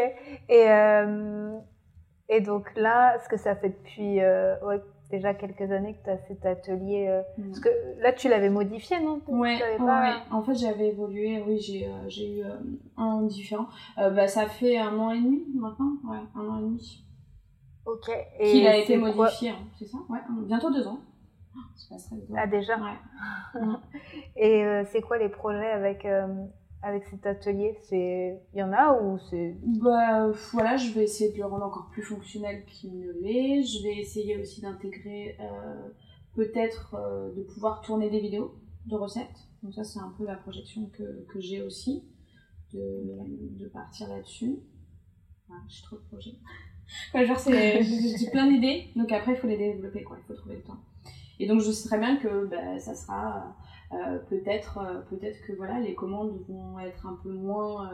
Et donc là, ce que ça fait depuis déjà quelques années que tu as cet atelier. Parce que là, tu l'avais modifié, non? Ouais. En fait, j'avais évolué. Oui, j'ai eu un an différent. Ça fait 1 an et demi maintenant. Ouais, 1 an et demi. Ok. Et qu'il a été modifié, c'est ça? Ouais, bientôt 2 ans. Ça passerait vite. Ah, déjà? Ouais. Et c'est quoi les projets avec cet atelier? Il y en a ou c'est... Je vais essayer de le rendre encore plus fonctionnel qu'il ne l'est. Je vais essayer aussi d'intégrer peut-être de pouvoir tourner des vidéos de recettes. Donc ça, c'est un peu la projection que j'ai aussi, de partir là-dessus. Ouais, j'ai trop de projets. J'ai plein d'idées, donc après il faut les développer, quoi. Il faut trouver le temps. Et donc je sais très bien que ça sera peut-être que voilà, les commandes vont être un peu moins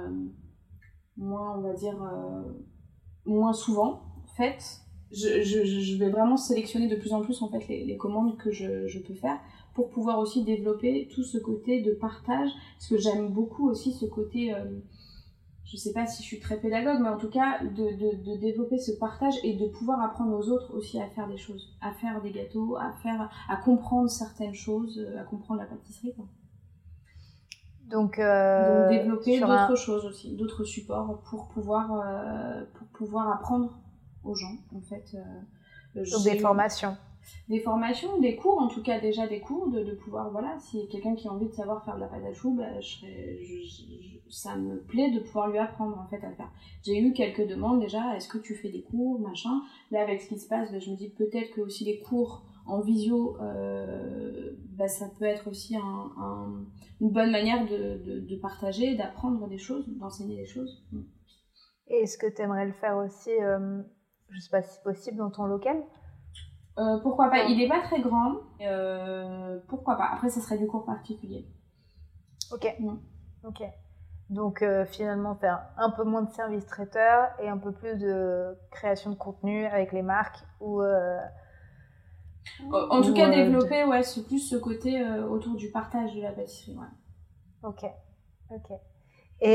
on va dire moins souvent faites. Je vais vraiment sélectionner de plus en plus en fait les commandes que je peux faire pour pouvoir aussi développer tout ce côté de partage, parce que j'aime beaucoup aussi ce côté je sais pas si je suis très pédagogue, mais en tout cas de développer ce partage et de pouvoir apprendre aux autres aussi à faire des choses, à faire des gâteaux, à comprendre certaines choses, à comprendre la pâtisserie, quoi. Donc développer d'autres choses aussi, d'autres supports pour pouvoir apprendre aux gens, en fait. Donc des formations. Des formations, des cours, en tout cas déjà des cours, de pouvoir, voilà, si quelqu'un qui a envie de savoir faire de la pâte à choux, ça me plaît de pouvoir lui apprendre en fait à le faire. J'ai eu quelques demandes déjà, est-ce que tu fais des cours, machin. Là avec ce qui se passe, je me dis peut-être que aussi les cours en visio, ça peut être aussi une bonne manière de partager, d'apprendre des choses, d'enseigner des choses. Et est-ce que tu aimerais le faire aussi, je sais pas si c'est possible, dans ton local? Pourquoi pas, il est pas très grand, pourquoi pas, après ça serait du cours particulier. Ok. Donc finalement faire un peu moins de service traiteur et un peu plus de création de contenu avec les marques ou en tout cas développer c'est plus ce côté autour du partage de la pâtisserie. Ok. Et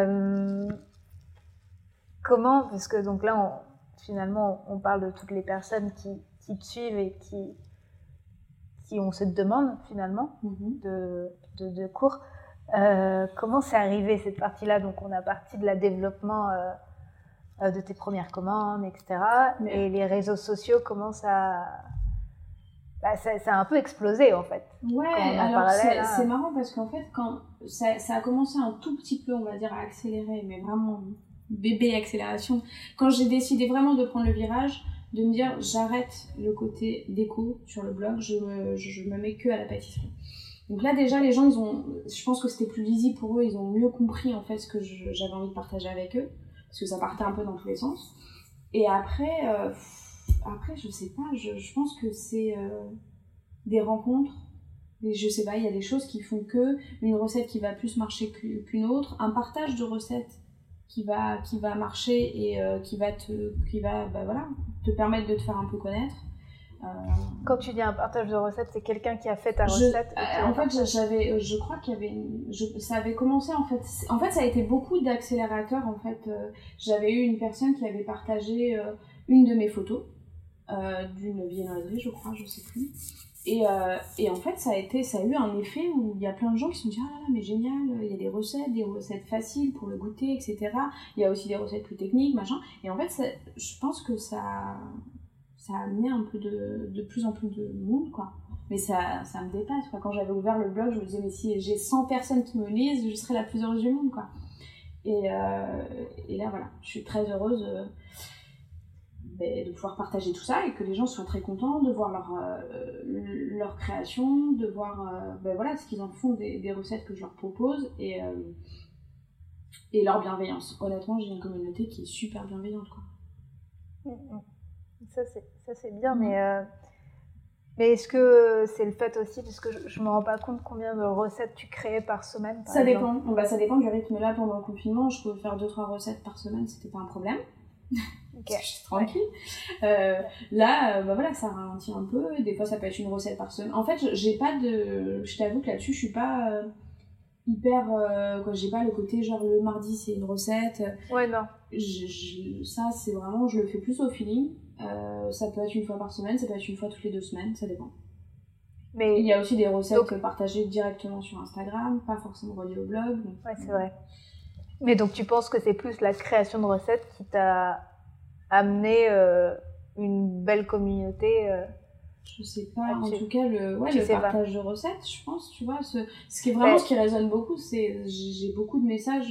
comment, parce que donc là, finalement, on parle de toutes les personnes qui te suivent et qui ont cette demande, finalement, de cours. Comment c'est arrivé, cette partie-là? Donc, on a parti de la développement de tes premières commandes, etc. Et les réseaux sociaux, comment ça a un peu explosé, en fait. Ouais, alors c'est marrant parce qu'en fait, quand ça a commencé un tout petit peu, on va dire, à accélérer, mais vraiment bébé accélération, quand j'ai décidé vraiment de prendre le virage, de me dire j'arrête le côté déco sur le blog, je me mets que à la pâtisserie. Donc là déjà les gens je pense que c'était plus lisible pour eux, ils ont mieux compris en fait ce que j'avais envie de partager avec eux, parce que ça partait un peu dans tous les sens. Et après je sais pas, je pense que c'est des rencontres, je sais pas, il y a des choses qui font que une recette qui va plus marcher qu'une autre, un partage de recettes qui va marcher et qui va te permettre de te faire un peu connaître. Quand tu dis un partage de recettes, c'est quelqu'un qui a fait ta recette en fait, je crois qu'il y avait ça avait commencé en fait ça a été beaucoup d'accélérateurs en fait. J'avais eu une personne qui avait partagé une de mes photos d'une viennoiserie, je crois, je sais plus. Et en fait, ça a eu un effet où il y a plein de gens qui se sont dit « Ah là là, mais génial, il y a des recettes faciles pour le goûter, etc. » Il y a aussi des recettes plus techniques, machin. Et en fait, je pense que ça a amené un peu de plus en plus de monde, quoi. Mais ça me dépasse, quoi. Quand j'avais ouvert le blog, je me disais « Mais si j'ai 100 personnes qui me lisent, je serai la plus heureuse du monde, quoi. » Et là, voilà, je suis très heureuse de pouvoir partager tout ça et que les gens soient très contents de voir leur création, de voir ce qu'ils en font des recettes que je leur propose et leur bienveillance. Honnêtement, j'ai une communauté qui est super bienveillante, quoi. Ça c'est bien, mais est-ce que c'est le fait aussi, parce que je me rends pas compte combien de recettes tu créais par semaine, ça dépend. Ça dépend du rythme. Là, pendant le confinement, je pouvais faire 2-3 recettes par semaine, c'était pas un problème. Okay. Je suis tranquille. Là, ça ralentit un peu. Des fois, ça peut être une recette par semaine. En fait, je t'avoue que là-dessus, je suis pas hyper. J'ai pas le côté genre le mardi, c'est une recette. Ouais, non. Ça, c'est vraiment. Je le fais plus au feeling. Ça peut être une fois par semaine, ça peut être une fois toutes les 2 semaines, ça dépend. Mais il y a aussi des recettes partagées directement sur Instagram, pas forcément reliées au blog. Donc, ouais, c'est vrai. Mais donc, tu penses que c'est plus la création de recettes qui t'a amener une belle communauté je sais pas, en tout cas le partage de recettes, je pense, tu vois, ce qui est vraiment ce qui résonne beaucoup, c'est j'ai beaucoup de messages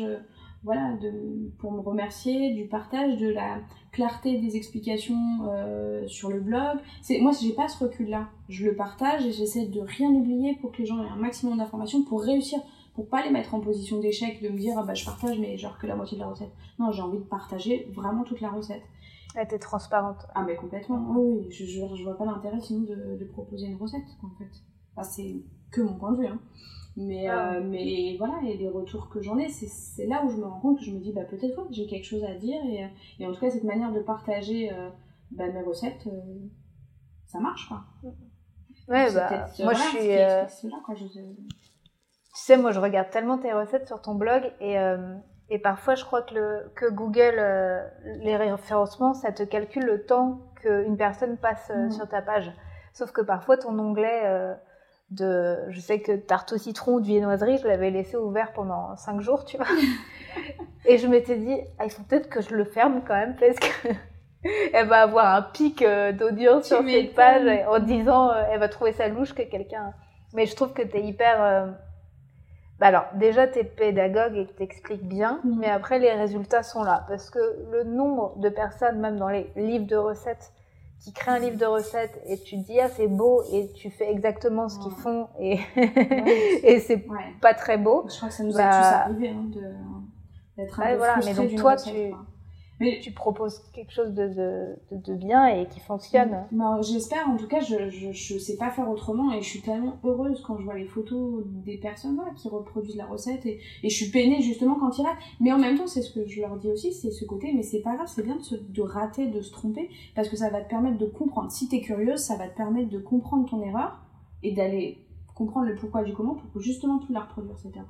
pour me remercier du partage, de la clarté des explications sur le blog. Moi j'ai pas ce recul là, je le partage et j'essaie de rien oublier pour que les gens aient un maximum d'informations pour réussir, pour pas les mettre en position d'échec, de me dire je partage mais genre que la moitié de la recette. Non, j'ai envie de partager vraiment toute la recette. Elle était transparente. Ah mais complètement, oui, je vois pas l'intérêt sinon de proposer une recette en fait. Enfin, c'est que mon point de vue, hein. Mais voilà, et les retours que j'en ai, c'est là où je me rends compte que je me dis peut-être que j'ai quelque chose à dire et en tout cas cette manière de partager mes recettes, ça marche, quoi. Ouais, moi je suis... Là, quoi, Tu sais, moi je regarde tellement tes recettes sur ton blog et parfois, je crois que Google, les référencements, ça te calcule le temps qu'une personne passe sur ta page. Sauf que parfois, ton onglet je sais que tarte au citron ou de viennoiserie, je l'avais laissé ouvert pendant 5 jours, tu vois. Et je m'étais dit, il faut peut-être que je le ferme quand même, parce que elle va avoir un pic d'audience sur cette page en disant, elle va trouver ça louche que quelqu'un... Mais je trouve que t'es hyper... alors, déjà, t'es pédagogue et que t'expliques bien, mais après, les résultats sont là. Parce que le nombre de personnes, même dans les livres de recettes, qui créent un livre de recettes et tu te dis, c'est beau, et tu fais exactement ce qu'ils font, et, et c'est pas très beau. Je crois que ça nous est tous arrivé, d'être un peu frustrés mais donc, toi, tu proposes quelque chose de bien et qui fonctionne. J'espère, en tout cas, je sais pas faire autrement et je suis tellement heureuse quand je vois les photos des personnes qui reproduisent la recette et je suis peinée justement quand ils ratent. Mais en même temps, c'est ce que je leur dis aussi, c'est ce côté, mais c'est pas grave, c'est bien de rater, de se tromper, parce que ça va te permettre de comprendre. Si t'es curieuse, ça va te permettre de comprendre ton erreur et d'aller comprendre le pourquoi du comment pour justement plus la reproduire, cette erreur.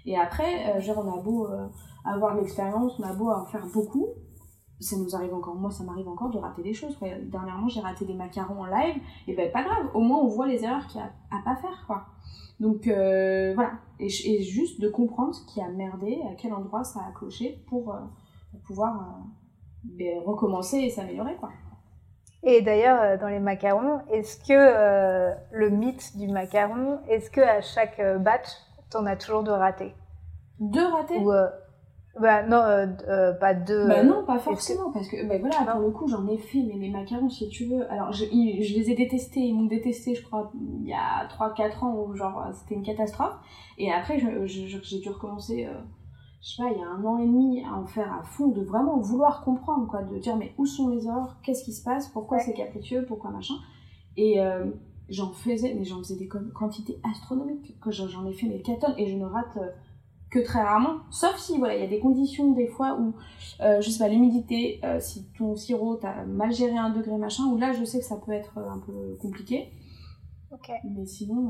Et après, genre, on a beau avoir de l'expérience, on a beau en faire beaucoup, ça nous arrive encore, moi ça m'arrive encore de rater des choses, quoi. Dernièrement j'ai raté des macarons en live, et ben pas grave, au moins on voit les erreurs qu'il y a à pas faire, quoi. Donc voilà, et juste de comprendre ce qui a merdé, à quel endroit ça a cloché pour pouvoir recommencer et s'améliorer, quoi. Et d'ailleurs, dans les macarons, est-ce que le mythe du macaron, est-ce que à chaque batch, t'en as toujours de ratés? De ratés? Ou non, pas deux. Non, pas forcément, parce que voilà, pour le coup, j'en ai fait, mais les macarons, si tu veux, alors je les ai détestés, ils m'ont détesté, je crois, il y a 3-4 ans, où genre, c'était une catastrophe, et après, j'ai dû recommencer, je sais pas, il y a 1 an et demi, à en faire à fond, de vraiment vouloir comprendre, quoi, de dire, mais où sont les erreurs, qu'est-ce qui se passe, pourquoi c'est capricieux, pourquoi machin, et j'en faisais des quantités astronomiques, que j'en ai fait des 4 tonnes, et je ne rate que très rarement, sauf si voilà, il y a des conditions des fois où je sais pas, l'humidité, si ton sirop t'as mal géré 1 degré machin, où là je sais que ça peut être un peu compliqué. Mais sinon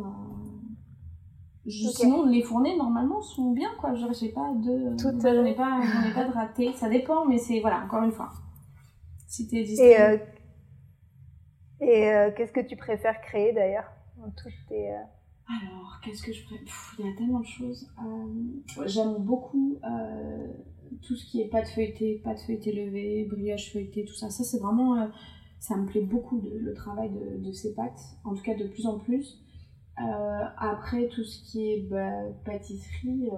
sinon les fournées normalement sont bien, quoi. Genre, j'ai pas de j'en ai pas de raté, ça dépend, mais c'est voilà, encore une fois, si t'es distribué. Et qu'est-ce que tu préfères créer d'ailleurs dans toutes tes Alors, qu'est-ce que je préfère? Il y a tellement de choses. J'aime beaucoup tout ce qui est pâte feuilletée levée, brioche feuilletée, tout ça. Ça, c'est vraiment... ça me plaît beaucoup, le travail de ces pâtes. En tout cas, de plus en plus. Après, tout ce qui est pâtisserie...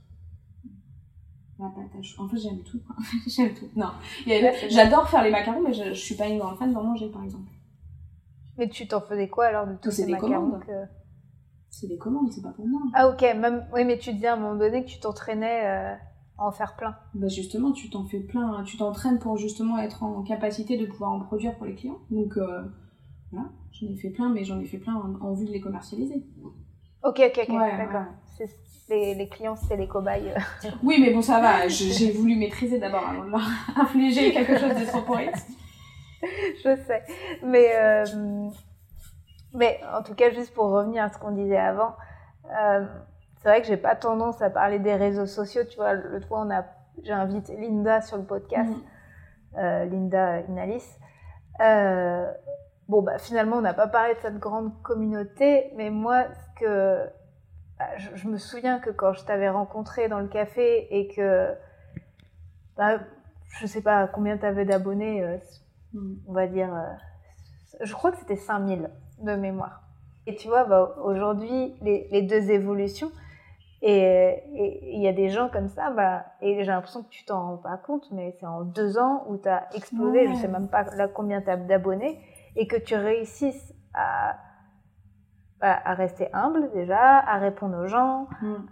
la pâte à chocolat. En fait, j'aime tout, quoi. J'aime tout. Non. J'adore faire les macarons, mais je suis pas une grande fan d'en manger, par exemple. Mais tu t'en faisais quoi, alors, de tous ces macarons C'est des commandes, c'est pas pour moi. Ah ok, oui, mais tu disais à un moment donné que tu t'entraînais à en faire plein. Justement, tu t'en fais plein, tu t'entraînes pour justement être en capacité de pouvoir en produire pour les clients. Donc voilà, j'en ai fait plein, mais j'en ai fait plein en vue de les commercialiser. Ok, d'accord. Ouais. Les clients, c'était les cobayes. Oui, mais bon, ça va, j'ai voulu maîtriser d'abord avant de leur infliger quelque chose de trop pourri. Je sais, mais en tout cas, juste pour revenir à ce qu'on disait avant, c'est vrai que j'ai pas tendance à parler des réseaux sociaux. Tu vois, l'autre fois, j'ai invité Linda sur le podcast, Linda Inalis. Finalement, on n'a pas parlé de cette grande communauté, mais moi, je me souviens que quand je t'avais rencontré dans le café et que, je sais pas combien t'avais d'abonnés, on va dire, je crois que c'était 5000 de mémoire. Et tu vois, aujourd'hui, les deux évolutions, et il y a des gens comme ça, et j'ai l'impression que tu t'en rends pas compte, mais c'est en 2 ans où tu as explosé, je sais même pas là combien tu as d'abonnés, et que tu réussisses à rester humble déjà, à répondre aux gens,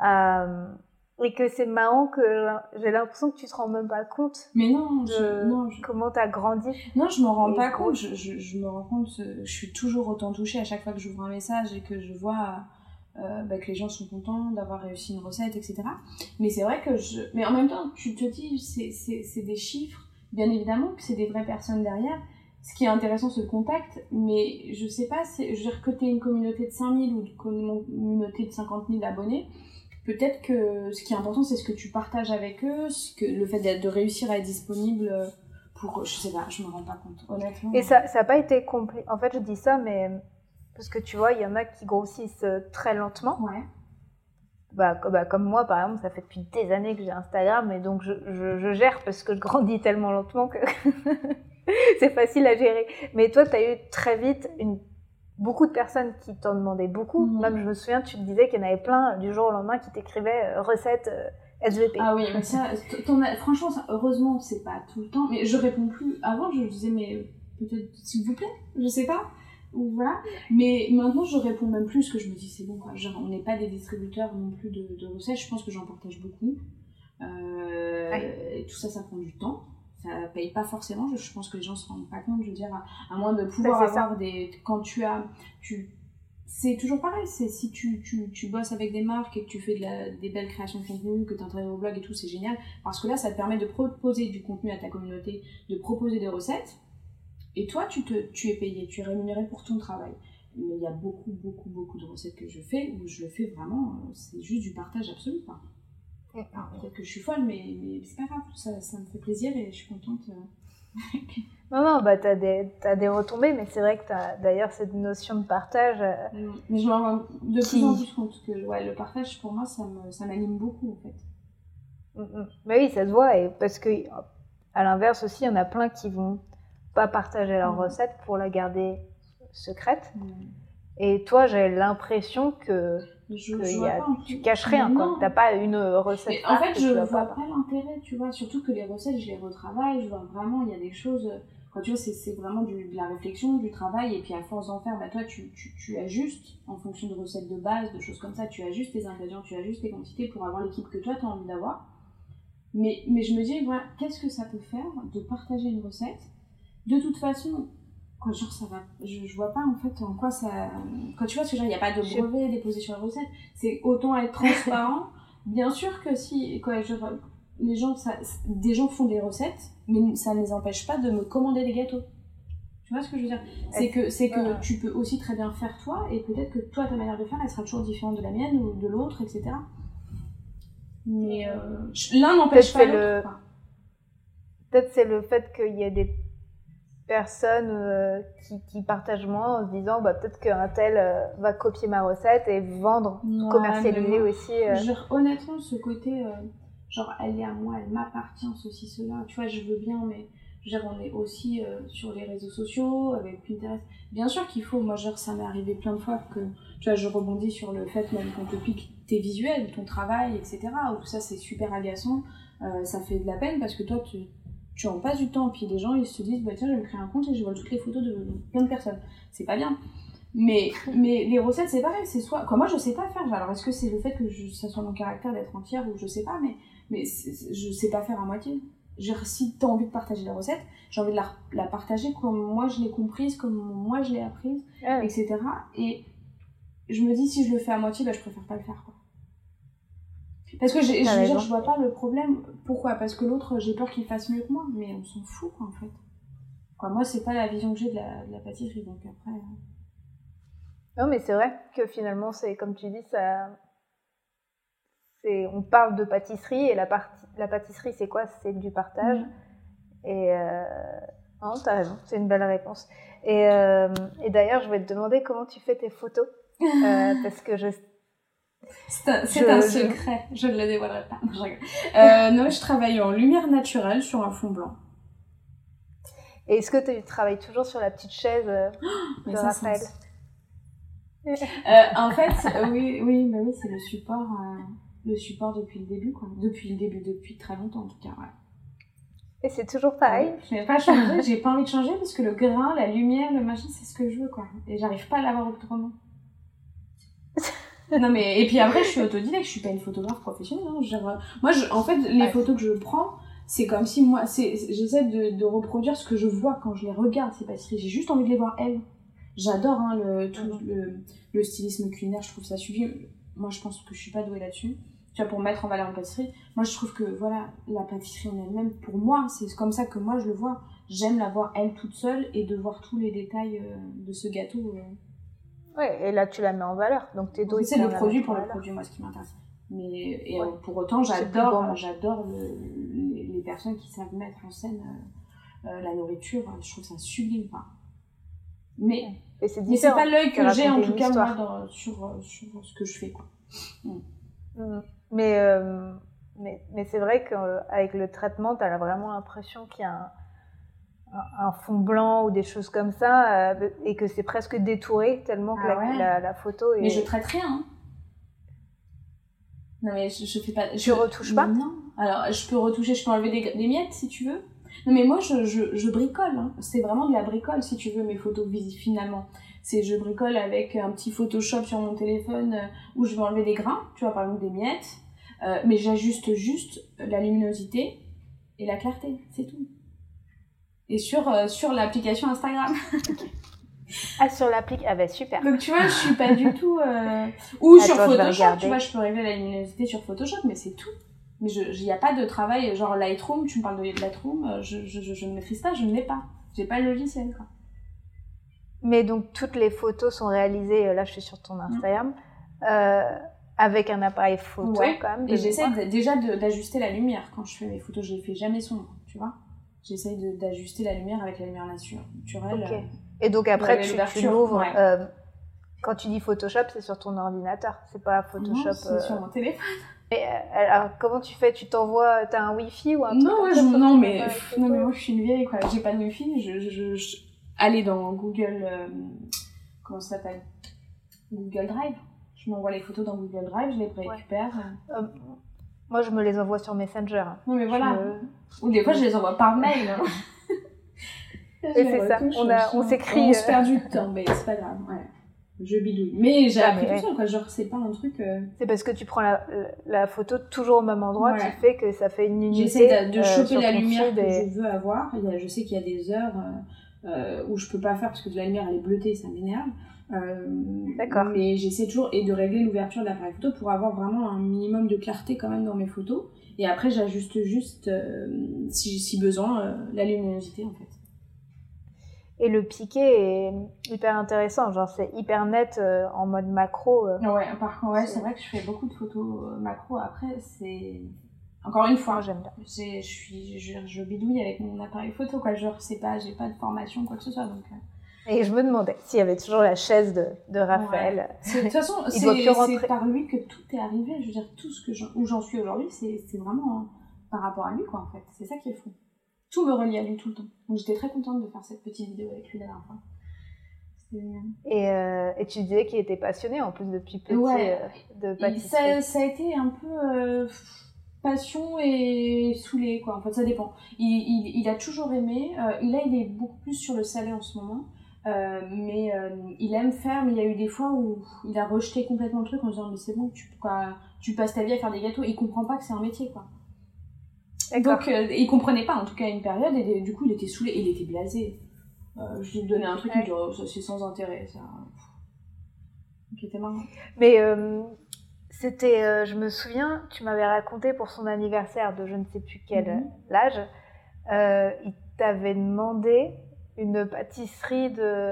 et que c'est marrant que j'ai l'impression que tu te rends même pas compte. Mais non, comment t'as grandi. Non, je m'en rends pas compte. Je me rends compte, je suis toujours autant touchée à chaque fois que j'ouvre un message et que je vois que les gens sont contents d'avoir réussi une recette, etc. Mais c'est vrai que mais en même temps, tu te dis, c'est des chiffres, bien évidemment que c'est des vraies personnes derrière. Ce qui est intéressant, c'est le contact, mais je sais pas, je veux dire que t'aies une communauté de 5000 ou une communauté de 50 000 abonnés, peut-être que ce qui est important, c'est ce que tu partages avec eux, le fait de réussir à être disponible pour... Je sais pas, je me rends pas compte, honnêtement. Et ça n'a pas été compliqué. En fait, je dis ça, mais... Parce que tu vois, il y en a qui grossissent très lentement. Ouais. Comme moi, par exemple, ça fait depuis des années que j'ai Instagram, et donc je gère parce que je grandis tellement lentement que c'est facile à gérer. Mais toi, tu as eu très vite beaucoup de personnes qui t'en demandaient beaucoup. Même, je me souviens, tu te disais qu'il y en avait plein du jour au lendemain qui t'écrivaient recettes SVP. Ah oui, mais ça, franchement, ça, heureusement, c'est pas tout le temps. Mais je réponds plus. Avant, je disais, mais peut-être, s'il vous plaît, je sais pas. Ou voilà. Mais maintenant, je réponds même plus, parce que je me dis, c'est bon, quoi. Genre, on n'est pas des distributeurs non plus de recettes. Je pense que j'en partage beaucoup. Et tout ça, ça prend du temps. Ça paye pas forcément, je pense que les gens se rendent pas compte, je veux dire, à moins de pouvoir avoir quand c'est toujours pareil, c'est si tu bosses avec des marques et que tu fais des belles créations de contenu, que tu travailles au blog et tout, c'est génial, parce que là ça te permet de proposer du contenu à ta communauté, de proposer des recettes, et toi tu es payé, tu es rémunéré pour ton travail. Mais il y a beaucoup de recettes que je fais où je le fais vraiment, c'est juste du partage absolu, quoi. Alors, peut-être que je suis folle, mais c'est pas grave, ça me fait plaisir et je suis contente. Non, bah t'as des retombées, mais c'est vrai que t'as d'ailleurs cette notion de partage. Mais je me rends de plus en plus compte que le partage, pour moi, ça m'anime beaucoup, en fait. Mais oui, ça se voit, et parce que à l'inverse aussi, il y en a plein qui vont pas partager leur recette pour la garder secrète. Et toi, j'ai l'impression que tu caches rien, quoi. T'as pas une recette. Mais en fait, je vois pas l'intérêt, tu vois. Surtout que les recettes, je les retravaille. Je vois vraiment, il y a des choses. Quand tu vois, c'est vraiment de la réflexion, du travail. Et puis à force d'en faire, bah, toi, tu ajustes en fonction de recettes de base, de choses comme ça. Tu ajustes tes ingrédients, tu ajustes tes quantités pour avoir l'équipe que toi, tu as envie d'avoir. Mais je me dis, voilà, qu'est-ce que ça peut faire de partager une recette ? De toute façon, quand genre ça va, je vois pas en fait en quoi ça. Quand tu vois ce que genre, il n'y a pas de brevet déposé sur la recette, c'est autant être transparent. Bien sûr que si, quoi, genre, des gens font des recettes, mais ça ne les empêche pas de me commander des gâteaux. Tu vois ce que je veux dire ? C'est que tu peux aussi très bien faire toi, et peut-être que toi, ta manière de faire, elle sera toujours différente de la mienne ou de l'autre, etc. Mais l'un n'empêche pas l'autre. Peut-être c'est le fait qu'il y ait des personnes qui partagent moins en se disant bah, peut-être qu'un tel va copier ma recette et vendre, commercialiser aussi. Genre, honnêtement, ce côté, genre elle est à moi, elle m'appartient, ceci, cela, tu vois, je veux bien, mais genre, on est aussi sur les réseaux sociaux, avec Pinterest. Bien sûr qu'il faut, moi, genre, ça m'est arrivé plein de fois que, tu vois, je rebondis sur le fait même qu'on te pique tes visuels, ton travail, etc. Où ça, c'est super agaçant, ça fait de la peine parce que toi, tu en passes du temps, puis les gens, ils se disent, bah tiens, je vais me créer un compte et je vois toutes les photos de plein de personnes. C'est pas bien. Mais les recettes, c'est pareil, c'est soit... Quoi, moi, je sais pas faire. Alors, est-ce que c'est le fait que ça soit mon caractère d'être entière ou je sais pas, mais je sais pas faire à moitié. Genre, si t'as envie de partager la recette, j'ai envie de la partager comme moi je l'ai comprise, comme moi je l'ai apprise, etc. Et je me dis, si je le fais à moitié, bah, je préfère pas le faire, quoi. Parce que je vois pas le problème. Pourquoi ? Parce que l'autre, j'ai peur qu'il fasse mieux que moi, mais on s'en fout, quoi, en fait. Quoi, moi, c'est pas la vision que j'ai de la pâtisserie, donc après... Non, mais c'est vrai que finalement, c'est comme tu dis, on parle de pâtisserie, et la pâtisserie, c'est quoi ? C'est du partage. Et non, t'as raison, c'est une belle réponse. Et d'ailleurs, je vais te demander comment tu fais tes photos, parce que c'est un secret, je ne le dévoilerai pas. Non, je rigole. Non, je travaille en lumière naturelle sur un fond blanc. Et est-ce que tu travailles toujours sur la petite chaise de Raphaël ? En fait, oui, c'est le support depuis le début, quoi. Depuis très longtemps en tout cas, ouais. Et c'est toujours pareil ? Je n'ai pas changé, j'ai pas envie de changer parce que le grain, la lumière, le machin, c'est ce que je veux, quoi. Et j'arrive pas à l'avoir autrement. Non mais, et puis après, je suis autodidacte, je suis pas une photographe professionnelle, hein. Genre, moi, en fait, les photos que je prends, c'est comme si moi, j'essaie de reproduire ce que je vois quand je les regarde, ces pâtisseries. J'ai juste envie de les voir elles. J'adore hein, le stylisme culinaire, je trouve ça sublime. Moi, je pense que je suis pas douée là-dessus. Tu vois, pour mettre en valeur une pâtisserie, moi, je trouve que, voilà, la pâtisserie en elle-même, pour moi, c'est comme ça que moi, je le vois. J'aime la voir elle toute seule et de voir tous les détails de ce gâteau. Ouais, et là, tu la mets en valeur. Donc, t'es douée. C'est le produit pour le produit, moi, ce qui m'intéresse. Pour autant, j'adore les personnes qui savent mettre en scène la nourriture. Je trouve ça sublime, quoi. Mais c'est pas l'œil que j'ai en tout cas moi sur ce que je fais, quoi. Mais c'est vrai qu'avec le traitement t'as vraiment l'impression qu'il y a un fond blanc ou des choses comme ça et que c'est presque détouré tellement que la photo est... Mais je traite rien, hein. Non mais je fais pas... Tu retouches pas ? Non. Alors je peux retoucher, je peux enlever des miettes si tu veux. Non mais moi je bricole, hein. C'est vraiment de la bricole si tu veux mes photos finalement. Je bricole avec un petit Photoshop sur mon téléphone où je vais enlever des grains, tu vois, par exemple des miettes, mais j'ajuste juste la luminosité et la clarté, c'est tout. Et sur l'application Instagram. Ah, sur l'appli, ah bah super. Donc tu vois, je suis pas du tout... Ou sur Photoshop, tu vois, je peux régler la luminosité sur Photoshop, mais c'est tout. Mais il n'y a pas de travail, genre Lightroom, tu me parles de Lightroom, je ne maîtrise pas, je ne l'ai pas. J'ai pas le logiciel, quoi. Mais donc, toutes les photos sont réalisées, là je suis sur ton Instagram, Avec un appareil photo, quand même. Et j'essaie déjà d'ajuster la lumière quand je fais mes photos. Je les fais jamais sombre, tu vois. J'essaie d'ajuster la lumière avec la lumière naturelle. Ok. Et donc après, tu l'ouvres. Ouais. Quand tu dis Photoshop, c'est sur ton ordinateur. C'est pas Photoshop. Non, c'est sur mon téléphone. Et alors, comment tu fais? Tu t'envoie, t'as un Wi-Fi ou un truc Non, non, mais moi je suis une vieille, quoi. J'ai pas de Wi-Fi. Allez dans Google, comment ça s'appelle? Google Drive. Je m'envoie les photos dans Google Drive, je les récupère. Moi, je me les envoie sur Messenger. Non, mais voilà. Ou des fois, je les envoie par mail. Hein. Et c'est ça. On s'écrit. On se perd du temps, mais c'est pas grave. Ouais. Je bidouille. Mais j'ai appris tout seul, quoi. Genre, c'est pas un truc. C'est parce que tu prends la photo toujours au même endroit qui fait que ça fait une unité. J'essaie de choper la lumière que je veux avoir. Je sais qu'il y a des heures où je peux pas faire parce que la lumière elle est bleutée, ça m'énerve. D'accord. Mais j'essaie toujours de régler l'ouverture de l'appareil photo pour avoir vraiment un minimum de clarté quand même dans mes photos. Et après, j'ajuste juste, si besoin, la luminosité en fait. Et le piqué est hyper intéressant, genre c'est hyper net en mode macro. Ouais, par contre, c'est vrai que je fais beaucoup de photos macro. Après, c'est... Encore une fois, moi, j'aime bien. Je bidouille avec mon appareil photo, quoi. Genre, j'ai pas de formation, quoi que ce soit, donc... Et je me demandais s'il y avait toujours la chaise de Raphaël. Ouais. De toute façon, c'est par lui que tout est arrivé. Je veux dire, tout où j'en suis aujourd'hui, c'est vraiment par rapport à lui, quoi, en fait. C'est ça qui est fou. Tout me relie à lui tout le temps. Donc j'étais très contente de faire cette petite vidéo avec lui la dernière fois. Et tu disais qu'il était passionné en plus depuis petit de pâtisserie. Ça a été un peu passion et saoulé, quoi. En fait, ça dépend. Il a toujours aimé. Il est beaucoup plus sur le salé en ce moment. Mais il aime faire, mais il y a eu des fois où il a rejeté complètement le truc en disant mais c'est bon, tu passes ta vie à faire des gâteaux. Il comprend pas que c'est un métier, quoi. Donc il comprenait pas en tout cas à une période et du coup il était saoulé et il était blasé. Je lui donnais un truc, il me dit oh, ça c'est sans intérêt ça. Donc il était marrant. Mais c'était, je me souviens, tu m'avais raconté pour son anniversaire de je ne sais plus quel âge, il t'avait demandé une pâtisserie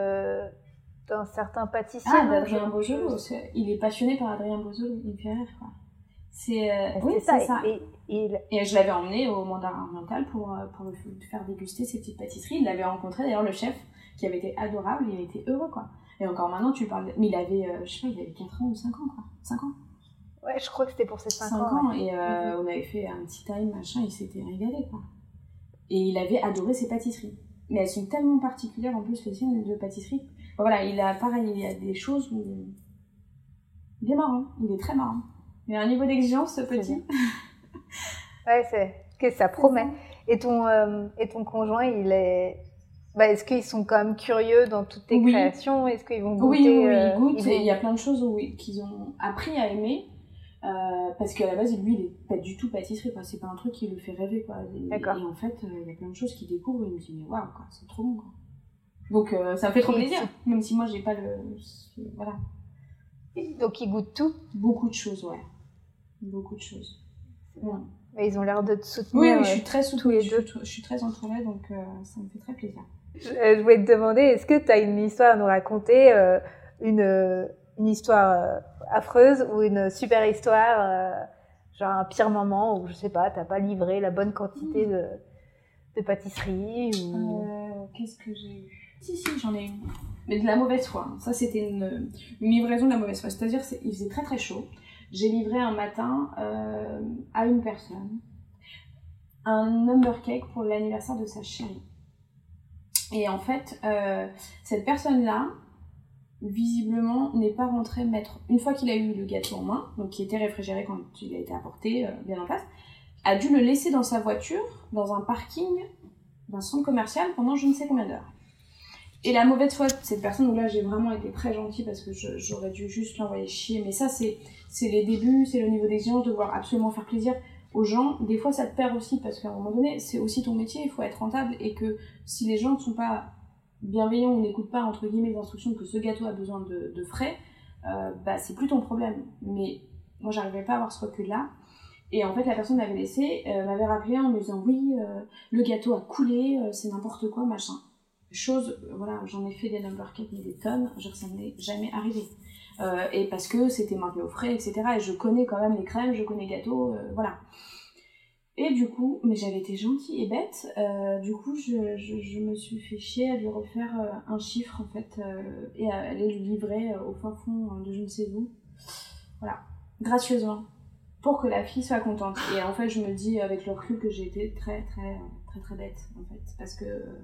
d'un certain pâtissier. Adrien Beaujolot. Il est passionné par Adrien Beaujolot, il me fait rire, quoi. C'est ça. Et je l'avais emmené au Mandarin Oriental pour le faire déguster ses petites pâtisseries. Il l'avait rencontré, d'ailleurs, le chef, qui avait été adorable, il était heureux, quoi. Et encore maintenant, tu parles... Mais il avait, je sais pas, il avait 4 ans ou 5 ans, quoi. 5 ans. Ouais, je crois que c'était pour ses 5 ans. 5 ans, et on avait fait un petit time, machin, il s'était régalé, quoi. Et il avait adoré ses pâtisseries. Mais elles sont tellement particulières, en plus, les siennes de pâtisserie. Bon, voilà, il y a des choses où... Il est marrant, il est très marrant. Il y a un niveau d'exigence, ce petit. Ouais, que ça promet. Et ton conjoint, il est... est-ce qu'ils sont quand même curieux dans toutes tes créations? Est-ce qu'ils vont goûter? Oui, ils goûtent. Et il y a plein de choses qu'ils ont appris à aimer. Parce qu'à la base, lui, il est pas du tout pâtisserie, quoi. C'est pas un truc qui le fait rêver, quoi. Et en fait, il y a plein de choses qu'il découvre et il me dit, mais waouh, quoi, c'est trop bon, quoi. Donc, ça me fait trop plaisir. Même si moi, j'ai pas le... Voilà. Donc, ils goûtent tout? Beaucoup de choses, ouais. Beaucoup de choses. Ouais. Mais ils ont l'air de te soutenir. Oui, je suis très soutenue. Je suis très entourée, donc ça me fait très plaisir. Je voulais te demander, est-ce que tu as une histoire à nous raconter, une histoire affreuse ou une super histoire, genre un pire moment où, je sais pas, t'as pas livré la bonne quantité de pâtisserie ou... Qu'est-ce que j'ai eu? Si, j'en ai une. Mais de la mauvaise foi. Ça, c'était une livraison de la mauvaise foi. C'est-à-dire, il faisait très très chaud. J'ai livré un matin à une personne un number cake pour l'anniversaire de sa chérie. Et en fait, cette personne-là, visiblement, n'est pas rentrée mettre, une fois qu'il a eu le gâteau en main, donc qui était réfrigéré quand il a été apporté bien en place, a dû le laisser dans sa voiture, dans un parking d'un centre commercial pendant je ne sais combien d'heures. Et la mauvaise foi de cette personne, où là j'ai vraiment été très gentille parce que j'aurais dû juste l'envoyer chier, mais ça c'est les débuts, c'est le niveau d'exigence de vouloir absolument faire plaisir aux gens. Des fois ça te perd aussi parce qu'à un moment donné c'est aussi ton métier, il faut être rentable, et que si les gens ne sont pas bienveillants ou n'écoutent pas entre guillemets les instructions que ce gâteau a besoin de frais, c'est plus ton problème. Mais moi j'arrivais pas à avoir ce recul là. Et en fait, la personne m'avait laissé, m'avait rappelé en me disant oui, le gâteau a coulé, c'est n'importe quoi, machin. Chose, voilà, j'en ai fait des number cakes, mais des tonnes, ça ne m'est jamais arrivé. et parce que c'était maintenu au frais, etc. Et je connais quand même les crèmes, je connais les gâteaux, voilà. Et du coup, mais j'avais été gentille et bête, du coup je me suis fait chier à lui refaire un chiffre en fait, et à aller lui livrer au fin fond de je ne sais où, voilà, gracieusement, pour que la fille soit contente. Et en fait je me dis avec le recul que j'ai été très bête en fait, parce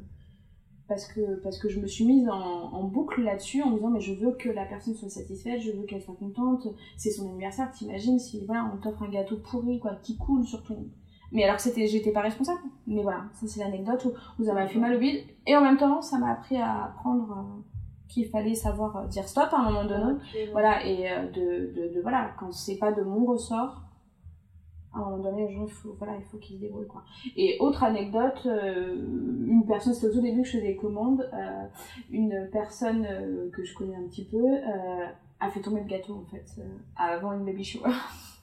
que je me suis mise en boucle là-dessus en me disant mais je veux que la personne soit satisfaite, je veux qu'elle soit contente, c'est son anniversaire, t'imagines si voilà, on t'offre un gâteau pourri quoi, qui coule sur ton... Mais alors que j'étais pas responsable. Mais voilà, ça c'est l'anecdote où ça m'a fait mal au bide. Et en même temps, ça m'a appris à apprendre qu'il fallait savoir dire stop à un moment donné. Voilà, et voilà, quand c'est pas de mon ressort, à un moment donné, les gens, il faut qu'ils se débrouillent, quoi. Et autre anecdote, une personne, c'était au tout début que je faisais des commandes, une personne que je connais un petit peu a fait tomber le gâteau, en fait, avant une baby shower.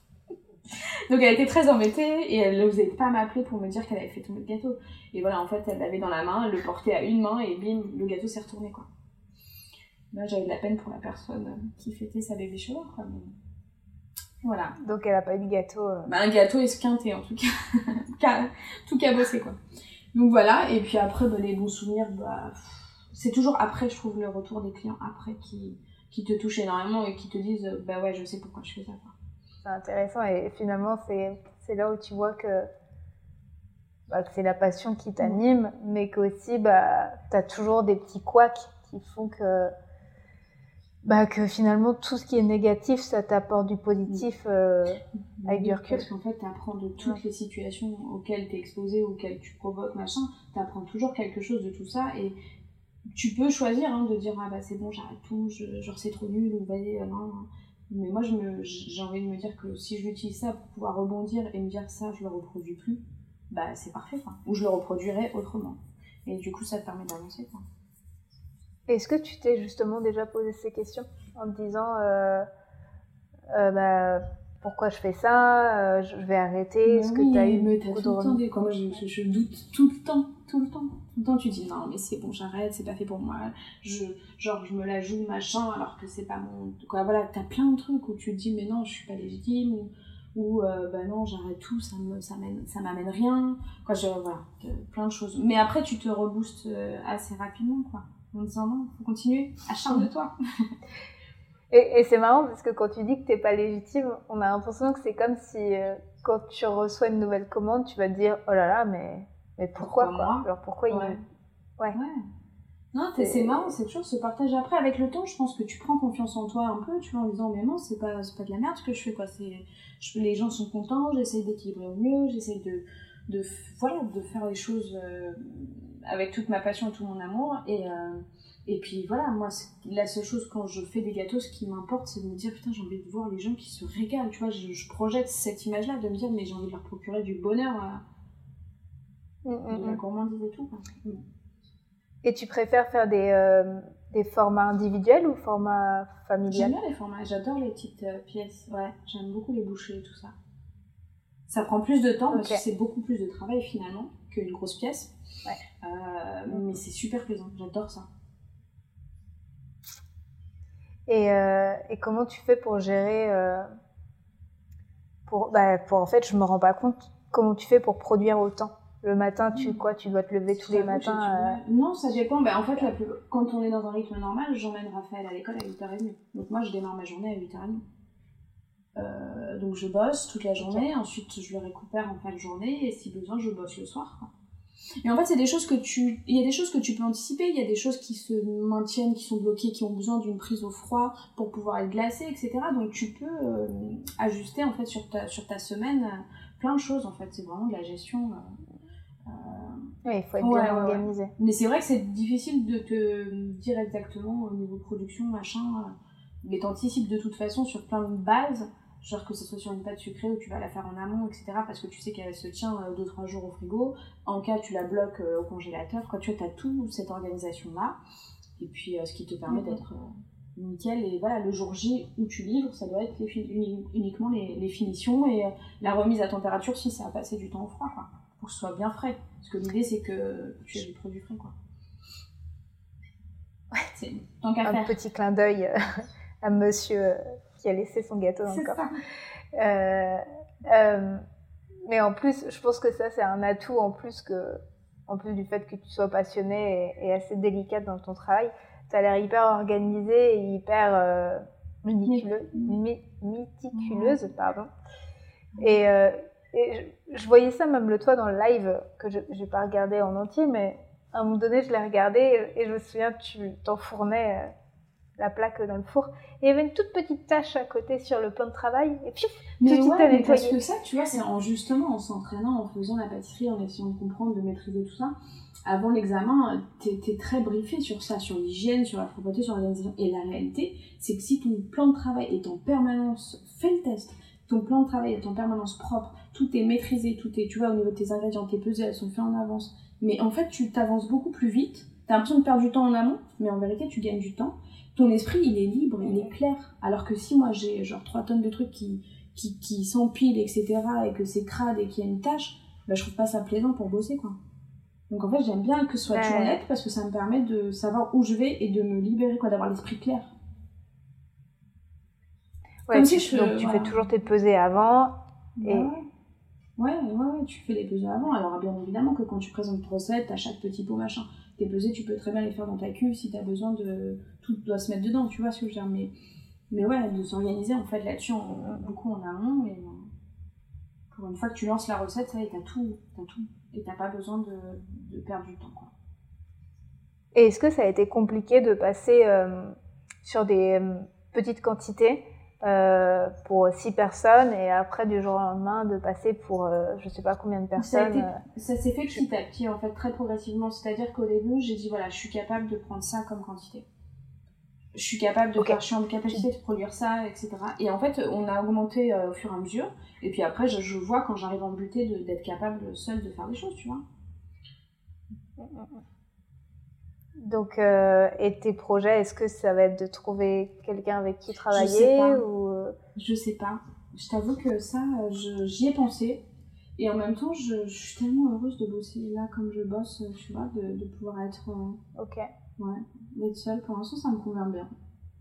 Donc elle était très embêtée et elle n'osait pas m'appeler pour me dire qu'elle avait fait tomber le gâteau. Et voilà, en fait, elle l'avait dans la main, elle le portait à une main et bim, le gâteau s'est retourné, quoi. Là, j'avais de la peine pour la personne qui fêtait sa baby shower, quoi. Mais... Voilà. Donc elle a pas eu de gâteau. Bah, un gâteau esquinté, en tout cas. Tout cabossé, quoi. Donc voilà, et puis après, les bons souvenirs, c'est toujours après, je trouve, le retour des clients après qui te touchent énormément et qui te disent, bah ouais, je sais pourquoi je fais ça, quoi. C'est intéressant et finalement c'est là où tu vois que c'est la passion qui t'anime, mais qu'aussi t'as toujours des petits couacs qui font que finalement tout ce qui est négatif ça t'apporte du positif avec du recul. Parce qu'en fait t'apprends de toutes les situations auxquelles t'es exposé, auxquelles tu provoques machin, t'apprends toujours quelque chose de tout ça et tu peux choisir de dire c'est bon j'arrête tout, genre c'est trop nul ou non. Mais moi, j'ai envie de me dire que si j'utilise ça pour pouvoir rebondir et me dire ça, je le reproduis plus, c'est parfait, quoi. Ou je le reproduirai autrement. Et du coup, ça te permet d'avancer, quoi. Est-ce que tu t'es justement déjà posé ces questions en te disant pourquoi je fais ça, je vais arrêter, est-ce que t'as eu beaucoup de remis? Moi, je doute tout le temps. Tout le temps, tu dis non, mais c'est bon, j'arrête, c'est pas fait pour moi. Je me la joue, machin, alors que c'est pas mon. Quoi, voilà, t'as plein de trucs où tu te dis, mais non, je suis pas légitime, ou non, j'arrête tout, ça m'amène rien. Quoi, voilà, plein de choses. Mais après, tu te reboostes assez rapidement, quoi. En disant non, faut continuer, acharne-toi. Et c'est marrant parce que quand tu dis que t'es pas légitime, on a l'impression que c'est comme si quand tu reçois une nouvelle commande, tu vas te dire oh là là, mais pourquoi quoi moi? Alors pourquoi ouais. Non, c'est marrant, c'est toujours ce partage. Après, avec le temps, je pense que tu prends confiance en toi un peu, tu vois, en disant mais non, c'est pas de la merde ce que je fais, quoi. Les gens sont contents, j'essaie d'équilibrer au mieux, j'essaie de faire les choses avec toute ma passion et tout mon amour et puis voilà, moi la seule chose quand je fais des gâteaux, ce qui m'importe c'est de me dire putain j'ai envie de voir les gens qui se régalent, tu vois, je projette cette image là de me dire mais j'ai envie de leur procurer du bonheur de la gourmandise et tout, quoi. Et tu préfères faire des formats individuels ou formats familiales? J'aime bien les formats, j'adore les petites pièces, ouais, j'aime beaucoup les bouchées et tout ça. Ça prend plus de temps parce que c'est beaucoup plus de travail finalement qu'une grosse pièce. Ouais. Mais c'est super plaisant, j'adore ça. Et comment tu fais pour gérer en fait, je me rends pas compte comment tu fais pour produire autant. Le matin, tu dois te lever tous les matins Non, ça dépend. En fait, quand on est dans un rythme normal, j'emmène Raphaël à l'école à 8h30. Donc moi, je démarre ma journée à 8h30. Donc je bosse toute la journée, ensuite je le récupère en fin de journée et si besoin, je bosse le soir, quoi. Et en fait, il y a des choses que tu peux anticiper, il y a des choses qui se maintiennent, qui sont bloquées, qui ont besoin d'une prise au froid pour pouvoir être glacées, etc. Donc tu peux ajuster en fait sur ta semaine plein de choses, en fait. C'est vraiment de la gestion. Oui, il faut être bien organisé. Ouais. Mais c'est vrai que c'est difficile de te dire exactement au niveau production, machin, mais t'anticipes de toute façon sur plein de bases. Genre que ce soit sur une pâte sucrée où tu vas la faire en amont, etc. parce que tu sais qu'elle se tient 2-3 jours au frigo. En cas, tu la bloques au congélateur. Quoi, tu vois, t'as toute cette organisation-là. Et puis, ce qui te permet d'être nickel. Et voilà, le jour J où tu livres, ça doit être uniquement les finitions et la remise à température si ça a passé du temps au froid, quoi. Pour que ce soit bien frais. Parce que l'idée, c'est que tu aies du produit frais, quoi. Ouais. C'est tant qu'à faire. Un petit clin d'œil à monsieur qui a laissé son gâteau dans le coffre. Mais en plus, je pense que ça, c'est un atout en plus du fait que tu sois passionnée et assez délicate dans ton travail. Tu as l'air hyper organisée et hyper méticuleuse, pardon. Et je voyais ça même le toi dans le live que je n'ai pas regardé en entier, mais à un moment donné, je l'ai regardé et je me souviens que tu t'enfournais la plaque dans le four. Et il y avait une toute petite tache à côté sur le plan de travail et puis tout à nettoyer. Parce que ça, tu vois, c'est justement en s'entraînant, en faisant la pâtisserie, en essayant de comprendre, de maîtriser tout ça. Avant l'examen, t'es très briefé sur ça, sur l'hygiène, sur la propreté, sur l'organisation. Et la réalité, c'est que si ton plan de travail est en permanence, fais le test, ton plan de travail est en permanence propre, tout est maîtrisé, tout est, tu vois, au niveau de tes ingrédients, tes pesées, elles sont faites en avance. Mais en fait, tu t'avances beaucoup plus vite. T'as l'impression de perdre du temps en amont, mais en vérité, tu gagnes du temps. Ton esprit, il est libre, il est clair. Alors que si moi, j'ai genre 3 tonnes de trucs qui s'empilent, etc., et que c'est crade et qu'il y a une tâche, bah, je trouve pas ça plaisant pour bosser, quoi. Donc en fait, j'aime bien que ce soit toujours net parce que ça me permet de savoir où je vais et de me libérer, quoi, d'avoir l'esprit clair. Ouais, comme si donc tu fais toujours tes pesées avant. Ouais, tu fais les pesées avant. Alors bien évidemment que quand tu présentes une recette, à chaque petit pot, machin, tes pesées, tu peux très bien les faire dans ta cuve si t'as besoin de... Tout doit se mettre dedans, tu vois ce que je veux dire. Mais ouais, de s'organiser en fait là-dessus beaucoup en amont. Et pour une fois que tu lances la recette, ça y est, t'as tout. Et t'as pas besoin de perdre du temps, quoi. Et est-ce que ça a été compliqué de passer sur des petites quantités pour 6 personnes et après du jour au lendemain de passer pour je sais pas combien de personnes ça s'est fait petit à petit, en fait, très progressivement. C'est-à-dire qu'au début, j'ai dit voilà, je suis capable de prendre ça comme quantité. Je suis capable de faire, je suis en capacité de produire ça, etc. Et en fait, on a augmenté au fur et à mesure. Et puis après, je vois quand j'arrive en butée d'être capable seule de faire des choses, tu vois. Donc, et tes projets, est-ce que ça va être de trouver quelqu'un avec qui travailler Je sais pas. Je t'avoue que ça, j'y ai pensé. Et en même temps, je suis tellement heureuse de bosser là comme je bosse, tu vois, de pouvoir être... Ouais, d'être seule. Pour l'instant, ça me convient bien.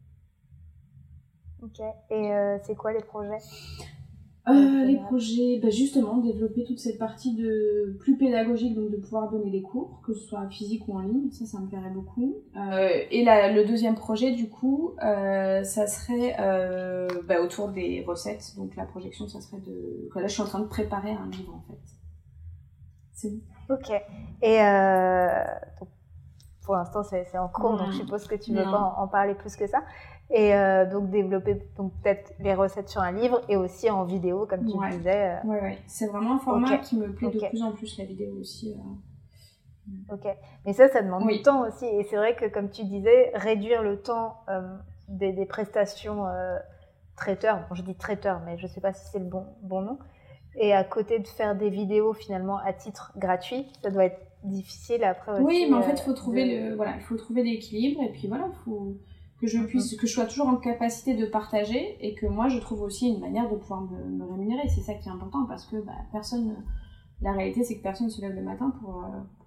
Ok. Et c'est quoi les projets les projets, justement, développer toute cette partie plus pédagogique, donc de pouvoir donner des cours, que ce soit physique ou en ligne, ça me plairait beaucoup. Et le deuxième projet, du coup, ça serait autour des recettes. Donc la projection, ça serait de... Là, je suis en train de préparer un livre, en fait. C'est bon. Ok. Et donc, pour l'instant, c'est en cours, donc je suppose que tu ne veux pas en parler plus que ça. Et donc développer peut-être les recettes sur un livre et aussi en vidéo, comme tu disais. Ouais. C'est vraiment un format qui me plaît de plus en plus, la vidéo aussi. Ok. Mais ça demande du temps aussi. Et c'est vrai que, comme tu disais, réduire le temps des prestations traiteurs. Bon, je dis traiteur, mais je ne sais pas si c'est le bon nom. Et à côté de faire des vidéos finalement à titre gratuit, ça doit être difficile après aussi. Oui, mais en fait, il faut trouver l'équilibre. Et puis voilà, il faut que je sois toujours en capacité de partager et que moi, je trouve aussi une manière de pouvoir me rémunérer. C'est ça qui est important parce que la réalité, c'est que personne se lève le matin pour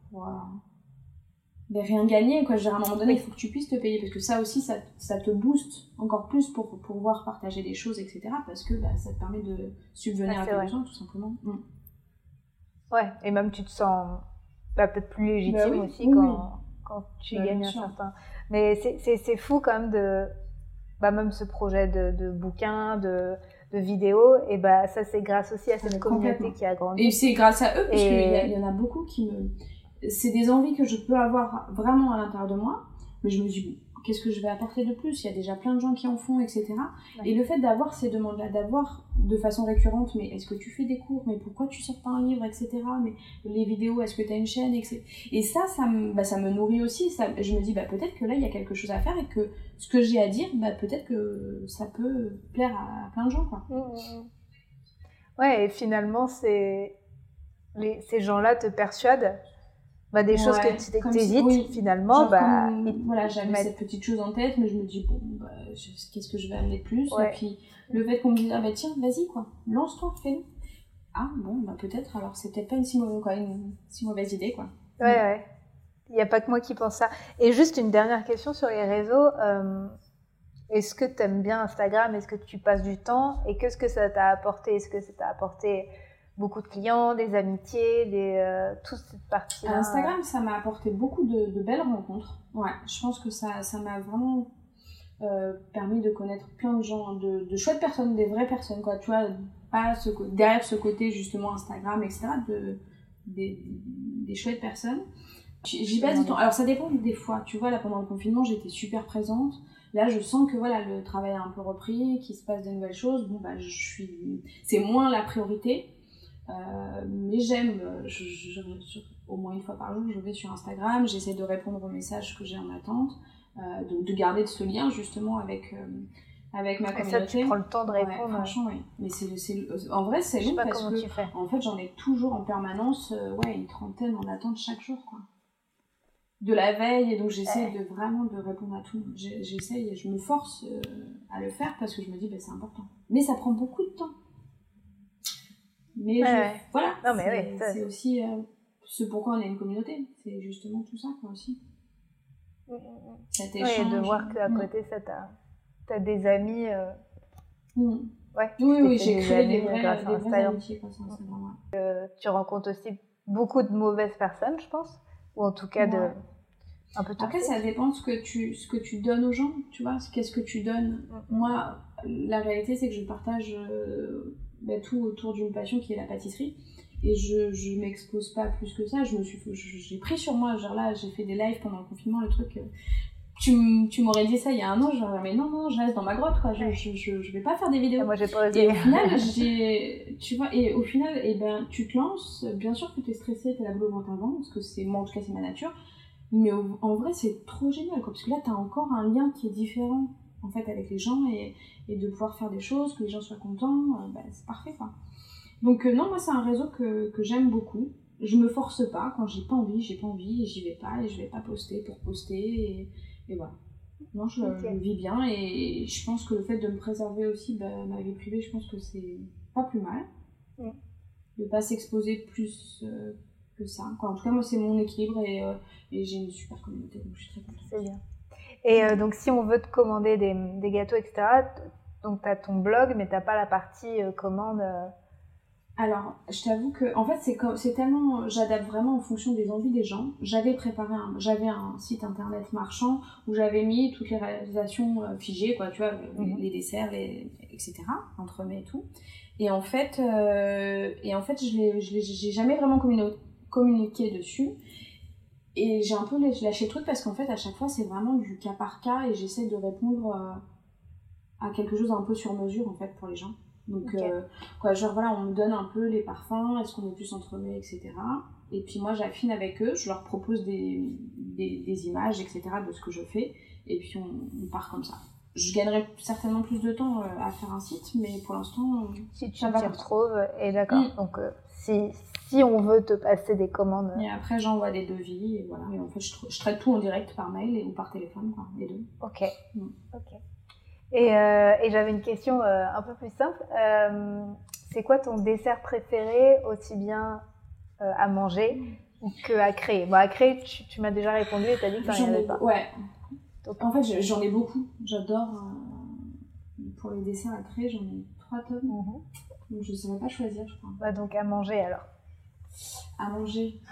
rien gagner, quoi. Je veux dire, à un moment donné, il faut que tu puisses te payer parce que ça aussi, ça te booste encore plus pour pouvoir partager des choses, etc. Parce que ça te permet de subvenir à tes besoins, tout simplement. Ouais, et même tu te sens peut-être plus légitime aussi quand tu gagnes un certain... Mais c'est fou quand même de... même ce projet de bouquin, de vidéo, et ça c'est grâce aussi à cette communauté qui a grandi. Et c'est grâce à eux, parce qu'il y en a beaucoup qui me... C'est des envies que je peux avoir vraiment à l'intérieur de moi, mais je me dis, qu'est-ce que je vais apporter de plus ? Il y a déjà plein de gens qui en font, etc. Ouais. Et le fait d'avoir ces demandes-là, d'avoir de façon récurrente, mais est-ce que tu fais des cours ? Mais pourquoi tu sors pas un livre, etc. Mais les vidéos, est-ce que tu as une chaîne, etc. Et ça me nourrit aussi. Je me dis, peut-être que là, il y a quelque chose à faire et que ce que j'ai à dire, peut-être que ça peut plaire à plein de gens, quoi. Ouais, et finalement, ces gens-là te persuadent des choses que tu hésites, finalement. J'avais cette petite chose en tête, mais je me dis, qu'est-ce que je vais amener de plus ? Et puis, le fait qu'on me dise, tiens, vas-y, quoi, lance-toi, fais-le. Ah, bon, peut-être, alors c'est peut-être pas une si mauvaise idée, quoi. Ouais. Il n'y a pas que moi qui pense ça. Et juste une dernière question sur les réseaux. est-ce que tu aimes bien Instagram? Est-ce que tu passes du temps? Et qu'est-ce que ça t'a apporté? Est-ce que ça t'a apporté beaucoup de clients, des amitiés, toute cette partie-là? Instagram, ça m'a apporté beaucoup de belles rencontres. Ouais, je pense que ça m'a vraiment permis de connaître plein de gens, de chouettes personnes, des vraies personnes, quoi. Tu vois, pas derrière ce côté justement Instagram, etc., des chouettes personnes. J'y passe du temps. Alors ça dépend des fois. Tu vois, là pendant le confinement, j'étais super présente. Là, je sens que voilà, le travail a un peu repris, qu'il se passe de nouvelles choses. Bon, bah, c'est moins la priorité. Mais j'aime, au moins une fois par jour, je vais sur Instagram, j'essaie de répondre aux messages que j'ai en attente, de garder ce lien justement avec ma communauté. Et ça, tu prends le temps de répondre. Ouais, franchement, oui. Mais en vrai, c'est long parce que en fait, j'en ai toujours en permanence une trentaine en attente chaque jour, quoi. De la veille, et donc j'essaie de vraiment de répondre à tout. J'essaie et je me force à le faire parce que je me dis c'est important. Mais ça prend beaucoup de temps. Mais voilà, non, mais c'est aussi ce pourquoi on est une communauté. C'est justement tout ça, quoi, aussi. Cet échange. Oui, de voir qu'à côté, ça t'as des amis. Oui, j'ai créé des vraies amitiés, quoi, ça, c'est vraiment. Tu rencontres aussi beaucoup de mauvaises personnes, je pense. Ou en tout cas, un peu toxiques. Après, ça dépend de ce que tu donnes aux gens, tu vois. Qu'est-ce que tu donnes. Moi, la réalité, c'est que je partage tout autour d'une passion qui est la pâtisserie. Et je m'expose pas plus que ça. J'ai pris sur moi, genre là, j'ai fait des lives pendant le confinement, le truc. Tu m'aurais dit ça il y a un an, genre, mais non, je reste dans ma grotte, quoi. Je vais pas faire des vidéos. Et moi, j'ai pas osé. Et au final, tu vois, et au final, tu te lances. Bien sûr que t'es stressée, t'as la boule au ventre avant, parce que moi, en tout cas, c'est ma nature. Mais en vrai, c'est trop génial, quoi. Parce que là, t'as encore un lien qui est différent, en fait, avec les gens, et de pouvoir faire des choses, que les gens soient contents, c'est parfait, quoi. Donc, non, moi, c'est un réseau que j'aime beaucoup. Je me force pas. Quand j'ai pas envie, et j'y vais pas, et je vais pas poster pour poster, et voilà. Non, je vis bien, et je pense que le fait de me préserver aussi ma vie privée, je pense que c'est pas plus mal. De pas s'exposer plus que ça. En tout cas, moi, c'est mon équilibre, et j'ai une super communauté, donc je suis très contente. C'est bien. Et donc, si on veut te commander des gâteaux, etc., donc t'as ton blog, mais t'as pas la partie commande. Alors, je t'avoue que, en fait, c'est tellement, j'adapte vraiment en fonction des envies des gens. J'avais un site internet marchand où j'avais mis toutes les réalisations figées, quoi, tu vois, les desserts, etc., entremets et tout. Et en fait, j'ai jamais vraiment communiqué dessus. Et j'ai un peu lâché le truc parce qu'en fait, à chaque fois, c'est vraiment du cas par cas, et j'essaie de répondre à quelque chose un peu sur mesure, en fait, pour les gens. Donc, on me donne un peu les parfums, est-ce qu'on est plus entremets, etc. Et puis moi, j'affine avec eux, je leur propose des images, etc. de ce que je fais, et puis on part comme ça. Je gagnerai certainement plus de temps à faire un site, mais pour l'instant, si tu t'y retrouves, et d'accord. Donc, si on veut te passer des commandes... Et après, j'envoie des devis, et voilà. Et en fait, je traite tout en direct par mail ou par téléphone, quoi, les deux. Ok. Et j'avais une question un peu plus simple. C'est quoi ton dessert préféré, aussi bien à manger qu'à créer? Bon, à créer, tu m'as déjà répondu et t'as dit que t'en avais pas. Ouais. Donc, en fait, j'en ai beaucoup. J'adore. Pour les desserts à créer, j'en ai 3 tonnes. Donc, je ne saurais pas choisir, je crois. Donc, à manger, alors? À manger.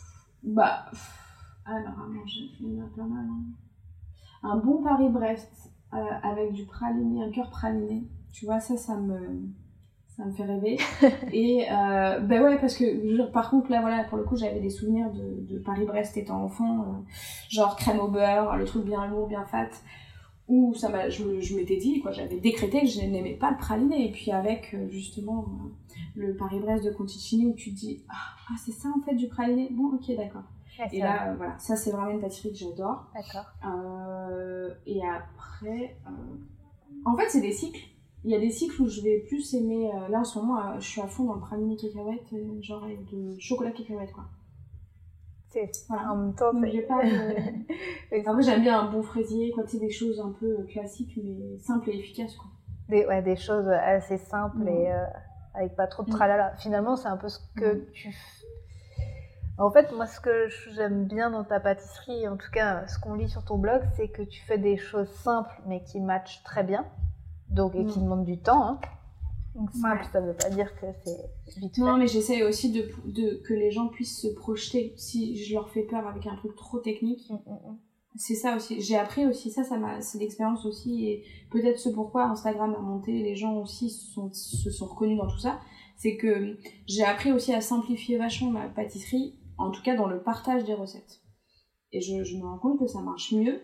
Alors, à manger, il y en a pas mal. Hein. Un bon Paris-Brest. Avec du praliné, un cœur praliné, tu vois, ça me fait rêver. Et parce que par contre là, voilà, pour le coup, j'avais des souvenirs de Paris-Brest étant enfant, genre crème au beurre, le truc bien lourd, bien fat, où je m'étais dit, quoi, j'avais décrété que je n'aimais pas le praliné. Et puis avec justement le Paris-Brest de Conticini, où tu te dis c'est ça en fait du praliné, bon, ok, d'accord. Et là, voilà, ça c'est vraiment une pâtisserie que j'adore. D'accord. Et après, en fait, c'est des cycles. Il y a des cycles où je vais plus aimer. Là, en ce moment, je suis à fond dans le praliné cacahuète, genre avec de chocolat cacahuète, quoi. Voilà. En même temps, j'ai pas. Après, j'aime bien un bon fraisier, quoi. Tu sais, des choses un peu classiques, mais simples et efficaces, quoi. Des choses assez simples et avec pas trop de tralala. Finalement, c'est un peu ce que tu En fait, moi, ce que j'aime bien dans ta pâtisserie, en tout cas, ce qu'on lit sur ton blog, c'est que tu fais des choses simples, mais qui matchent très bien, donc, et qui demandent du temps. Hein. Donc, simple, ça veut pas dire que c'est vite fait. Non, mais j'essaye aussi que les gens puissent se projeter. Si je leur fais peur avec un truc trop technique, c'est ça aussi. J'ai appris aussi ça c'est l'expérience aussi. Et peut-être ce pourquoi Instagram a monté, les gens aussi se sont reconnus dans tout ça. C'est que j'ai appris aussi à simplifier vachement ma pâtisserie, en tout cas dans le partage des recettes. Et je me rends compte que ça marche mieux.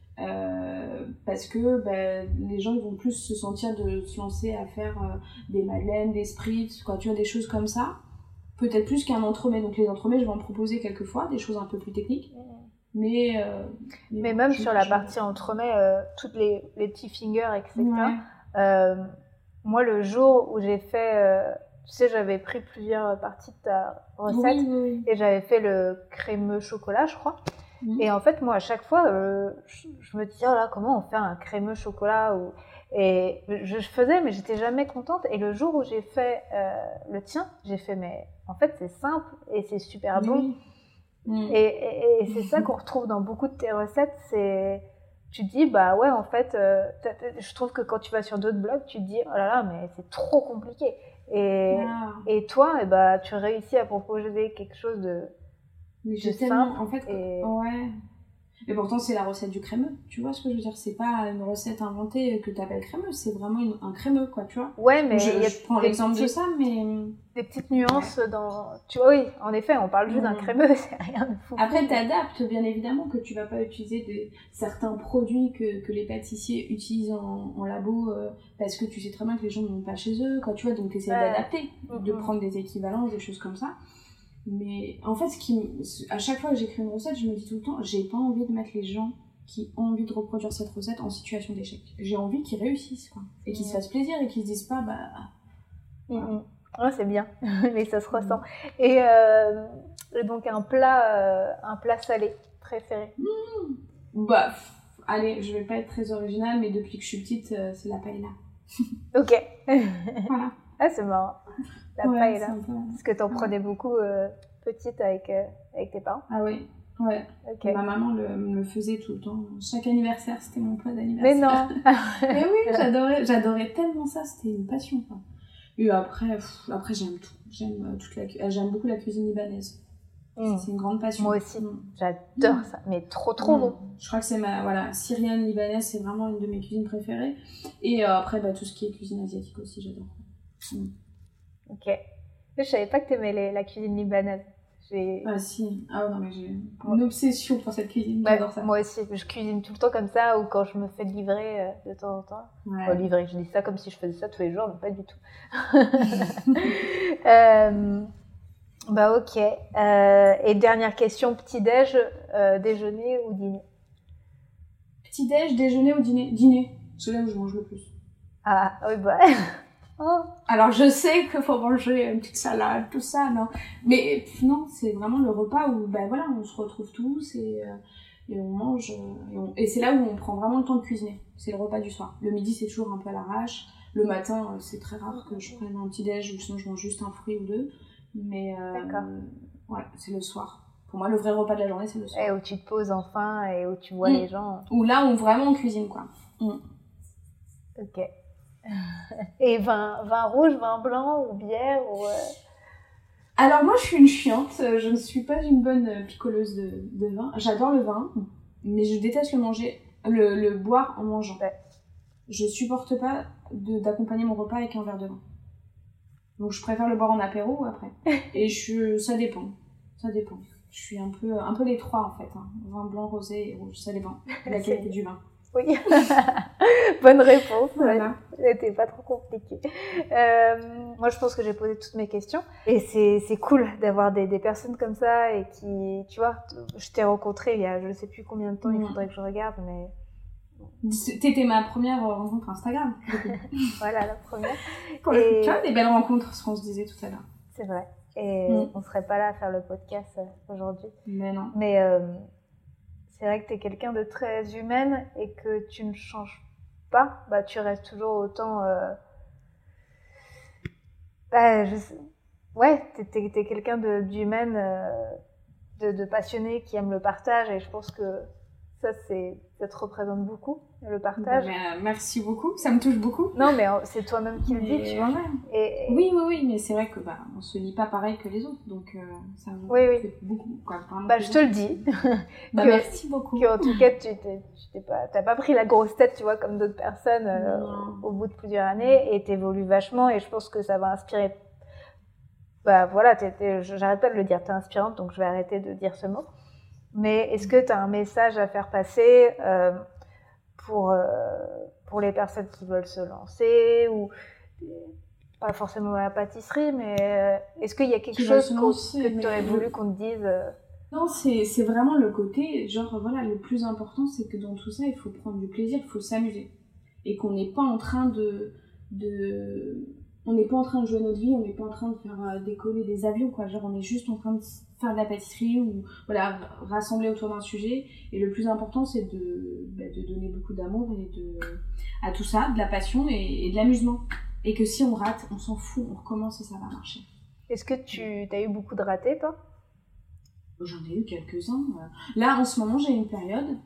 Parce que les gens ils vont plus se sentir de se lancer à faire des madeleines, des spritz, quoi, tu vois, des choses comme ça, peut-être plus qu'un entremets. Donc les entremets je vais en proposer quelques fois, des choses un peu plus techniques, mais même sur la partie entremets, toutes les petits fingers, etc. Moi, le jour où j'ai fait, tu sais, j'avais pris plusieurs parties de ta recette, et j'avais fait le crémeux chocolat, je crois. Et en fait, moi, à chaque fois, je me disais, oh là, comment on fait un crémeux chocolat Et je faisais, mais j'étais jamais contente. Et le jour où j'ai fait le tien, j'ai fait, mais en fait, c'est simple et c'est super bon. Et c'est ça qu'on retrouve dans beaucoup de tes recettes. Tu te dis, bah ouais, en fait, je trouve que quand tu vas sur d'autres blogs, tu te dis, oh là là, mais c'est trop compliqué. Et toi, tu réussis à proposer quelque chose de simple, en fait, ouais. Mais pourtant c'est la recette du crémeux, tu vois ce que je veux dire, c'est pas une recette inventée que t'appelles crémeux, c'est vraiment un crémeux, quoi, tu vois. Ouais, mais je prends l'exemple de ça, mais des petites nuances dans, tu vois, oui, en effet, on parle juste d'un crémeux, c'est rien de fou. Après t'adaptes, bien évidemment, que tu vas pas utiliser certains produits que les pâtissiers utilisent en labo, parce que tu sais très bien que les gens n'ont pas chez eux, quoi, tu vois, donc t'essaies d'adapter, de prendre des équivalences, des choses comme ça. Mais en fait, à chaque fois que j'écris une recette, je me dis tout le temps, j'ai pas envie de mettre les gens qui ont envie de reproduire cette recette en situation d'échec. J'ai envie qu'ils réussissent, quoi. Et qu'ils se fassent plaisir et qu'ils se disent pas, voilà. Ouais, c'est bien, mais ça se ressent. Et donc un plat salé préféré. Allez, je vais pas être très originale, mais depuis que je suis petite, c'est la paella. Ok. Voilà. Ah, c'est marrant. La paella. Parce que t'en prenais beaucoup petite avec tes parents. Ah oui, ouais. Okay. Ma maman me faisait tout le temps. Chaque anniversaire, c'était mon plat d'anniversaire. Mais non. Mais oui, j'adorais tellement ça, c'était une passion, quoi. Et après j'aime tout. J'aime beaucoup la cuisine libanaise. C'est une grande passion. Moi aussi, j'adore ça, mais trop bon. Je crois que c'est syrienne libanaise, c'est vraiment une de mes cuisines préférées. Et après, tout ce qui est cuisine asiatique aussi, j'adore. Ok. Je savais pas que t'aimais la cuisine libanaise. Ah si, non mais j'ai une obsession pour cette cuisine, j'adore ça. Moi aussi, je cuisine tout le temps comme ça, ou quand je me fais livrer de temps en temps. Ouais. Livrer, je dis ça comme si je faisais ça tous les jours, mais pas du tout. Ok. Et dernière question, petit-déj, déjeuner ou dîner? Petit-déj, déjeuner ou dîner? Dîner, c'est là où je mange le plus. Ah oui, Oh. Alors je sais qu'il faut manger une petite salade, tout ça, non. Mais non, c'est vraiment le repas où on se retrouve tous et on mange. Et c'est là où on prend vraiment le temps de cuisiner. C'est le repas du soir. Le midi, c'est toujours un peu à l'arrache. Le matin, c'est très rare que je prenne un petit déj ou sinon je mange juste un fruit ou deux. Mais ouais, c'est le soir. Pour moi, le vrai repas de la journée, c'est le soir. Et où tu te poses enfin et où tu vois les gens. Où là, on cuisine, quoi. Ok. Et vin rouge, vin blanc ou bière ou Alors moi je suis une chiante, je ne suis pas une bonne picoleuse de vin. J'adore le vin, mais je déteste le manger, le boire en mangeant. Ouais. Je supporte pas d'accompagner mon repas avec un verre de vin. Donc je préfère le boire en apéro ou après. Et ça dépend. Je suis un peu les trois en fait, hein. Vin blanc, rosé et rouge, ça dépend de la qualité du vin. Oui, bonne réponse. Voilà. C'était pas trop compliqué. Moi, je pense que j'ai posé toutes mes questions. Et c'est cool d'avoir des personnes comme ça et qui, tu vois, je t'ai rencontrée il y a je ne sais plus combien de temps, il faudrait que je regarde, mais... T'étais ma première rencontre Instagram. Voilà, la première. Et... Tu vois, des belles rencontres, ce qu'on se disait tout à l'heure. C'est vrai. Et on serait pas là à faire le podcast aujourd'hui. Mais non. Mais... c'est vrai que tu es quelqu'un de très humaine et que tu ne changes pas, tu restes toujours autant... Ouais, t'es quelqu'un d'humaine de passionnés qui aiment le partage, et je pense que ça te représente beaucoup, le partage. Merci beaucoup, ça me touche beaucoup. Non, mais c'est toi-même qui le dis. Voilà. Oui, mais c'est vrai que on se lit pas pareil que les autres, donc ça me fait beaucoup. Quoi, je te le dis. Merci beaucoup. En tout cas, t'as pas pris la grosse tête, tu vois, comme d'autres personnes au bout de plusieurs années, et t'évolues vachement, et je pense que ça va inspirer. J'arrête pas de le dire, t'es inspirante, donc je vais arrêter de dire ce mot. Mais est-ce que tu as un message à faire passer pour les personnes qui veulent se lancer, ou pas forcément à la pâtisserie, mais est-ce qu'il y a quelque chose que tu aurais voulu qu'on te dise Non, c'est vraiment le côté, genre voilà, le plus important, c'est que dans tout ça, il faut prendre du plaisir, il faut s'amuser. Et qu'on n'est pas en train on n'est pas en train de jouer notre vie, on n'est pas en train de faire décoller des avions, quoi. Genre, on est juste en train de faire de la pâtisserie ou voilà, rassembler autour d'un sujet. Et le plus important, c'est de donner beaucoup d'amour et à tout ça, de la passion et de l'amusement. Et que si on rate, on s'en fout, on recommence et ça va marcher. Est-ce que tu as eu beaucoup de ratés, toi ? J'en ai eu quelques-uns. Là, en ce moment, j'ai une période...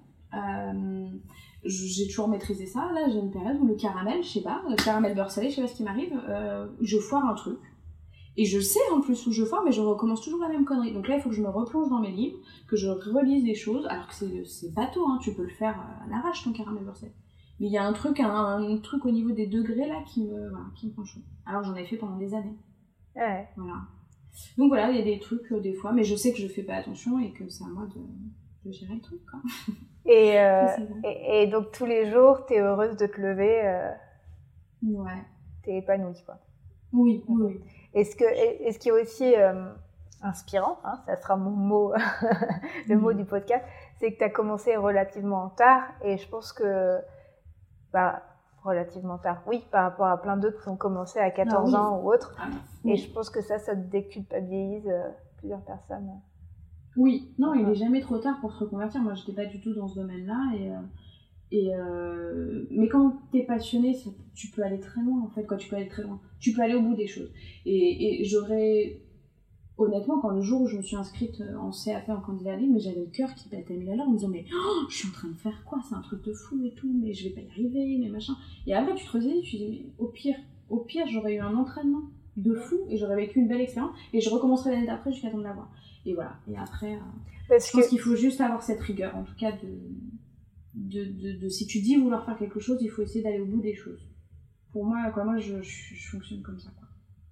j'ai toujours maîtrisé ça. Là, j'ai une période où le caramel, je sais pas, le caramel beurre salé, je sais pas ce qui m'arrive, je foire un truc. Et je sais en plus où je foire, mais je recommence toujours la même connerie. Donc là, il faut que je me replonge dans mes livres, que je relise des choses, alors que c'est bateau, hein, tu peux le faire à l'arrache ton caramel beurre salé. Mais il y a un truc au niveau des degrés là qui me prend chaud. Alors j'en ai fait pendant des années. Ouais. Voilà. Donc voilà, il y a des trucs des fois, mais je sais que je fais pas attention et que c'est à moi de gérer le truc, quoi. Et donc tous les jours, t'es heureuse de te lever. Ouais. T'es épanouie, quoi. Oui. Est-ce qu'il y a aussi inspirant, hein, ça sera mon mot, le mot du podcast, c'est que t'as commencé relativement tard, et je pense que relativement tard, oui, par rapport à plein d'autres qui ont commencé à 14 ans ou autre, et je pense que ça te déculpabilise plusieurs personnes. Oui, non, il est jamais trop tard pour se reconvertir. Moi, j'étais pas du tout dans ce domaine-là, mais quand t'es passionné, tu peux aller très loin, en fait, quoi. Tu peux aller très loin. Tu peux aller au bout des choses. Et j'aurais, honnêtement, quand le jour où je me suis inscrite en CAP en candidat libre, mais j'avais le cœur qui battait à 1000 à l'heure en me disant, mais je suis en train de faire quoi? C'est un truc de fou et tout, mais je vais pas y arriver, mais machin. Et après, tu te faisais, tu dis, mais au pire, j'aurais eu un entraînement de fou et j'aurais vécu une belle expérience et je recommencerai l'année d'après jusqu'à temps de l'avoir. Et voilà. Et après, je pense qu'il faut juste avoir cette rigueur, en tout cas, si tu dis vouloir faire quelque chose, il faut essayer d'aller au bout des choses. Pour moi, je fonctionne comme ça, quoi.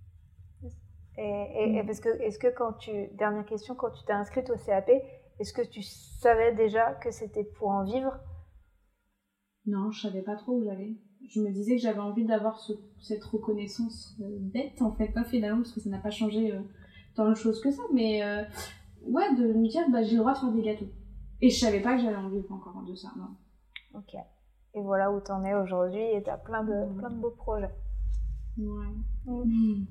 Et parce que, est-ce que dernière question, quand tu t'es inscrite au CAP, est-ce que tu savais déjà que c'était pour en vivre ? Non, je savais pas trop où j'allais. Je me disais que j'avais envie d'avoir cette reconnaissance bête, en fait, pas finalement, parce que ça n'a pas changé tant de choses que ça, mais de me dire, j'ai le droit de faire des gâteaux. Et je savais pas que j'avais en vivre encore de ça, non. Ok. Et voilà où t'en es aujourd'hui, et t'as plein de beaux projets. Ouais.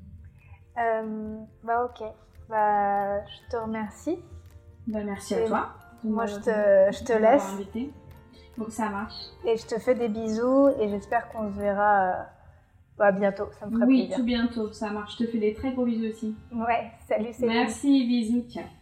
Ok. Je te remercie. Merci à toi. Moi, je te laisse. Invité. Donc ça marche. Et je te fais des bisous, et j'espère qu'on se verra bientôt. Ça me ferait plaisir. Oui, tout bientôt, ça marche. Je te fais des très gros bisous aussi. Ouais, salut Céline. Merci, bisous, ciao.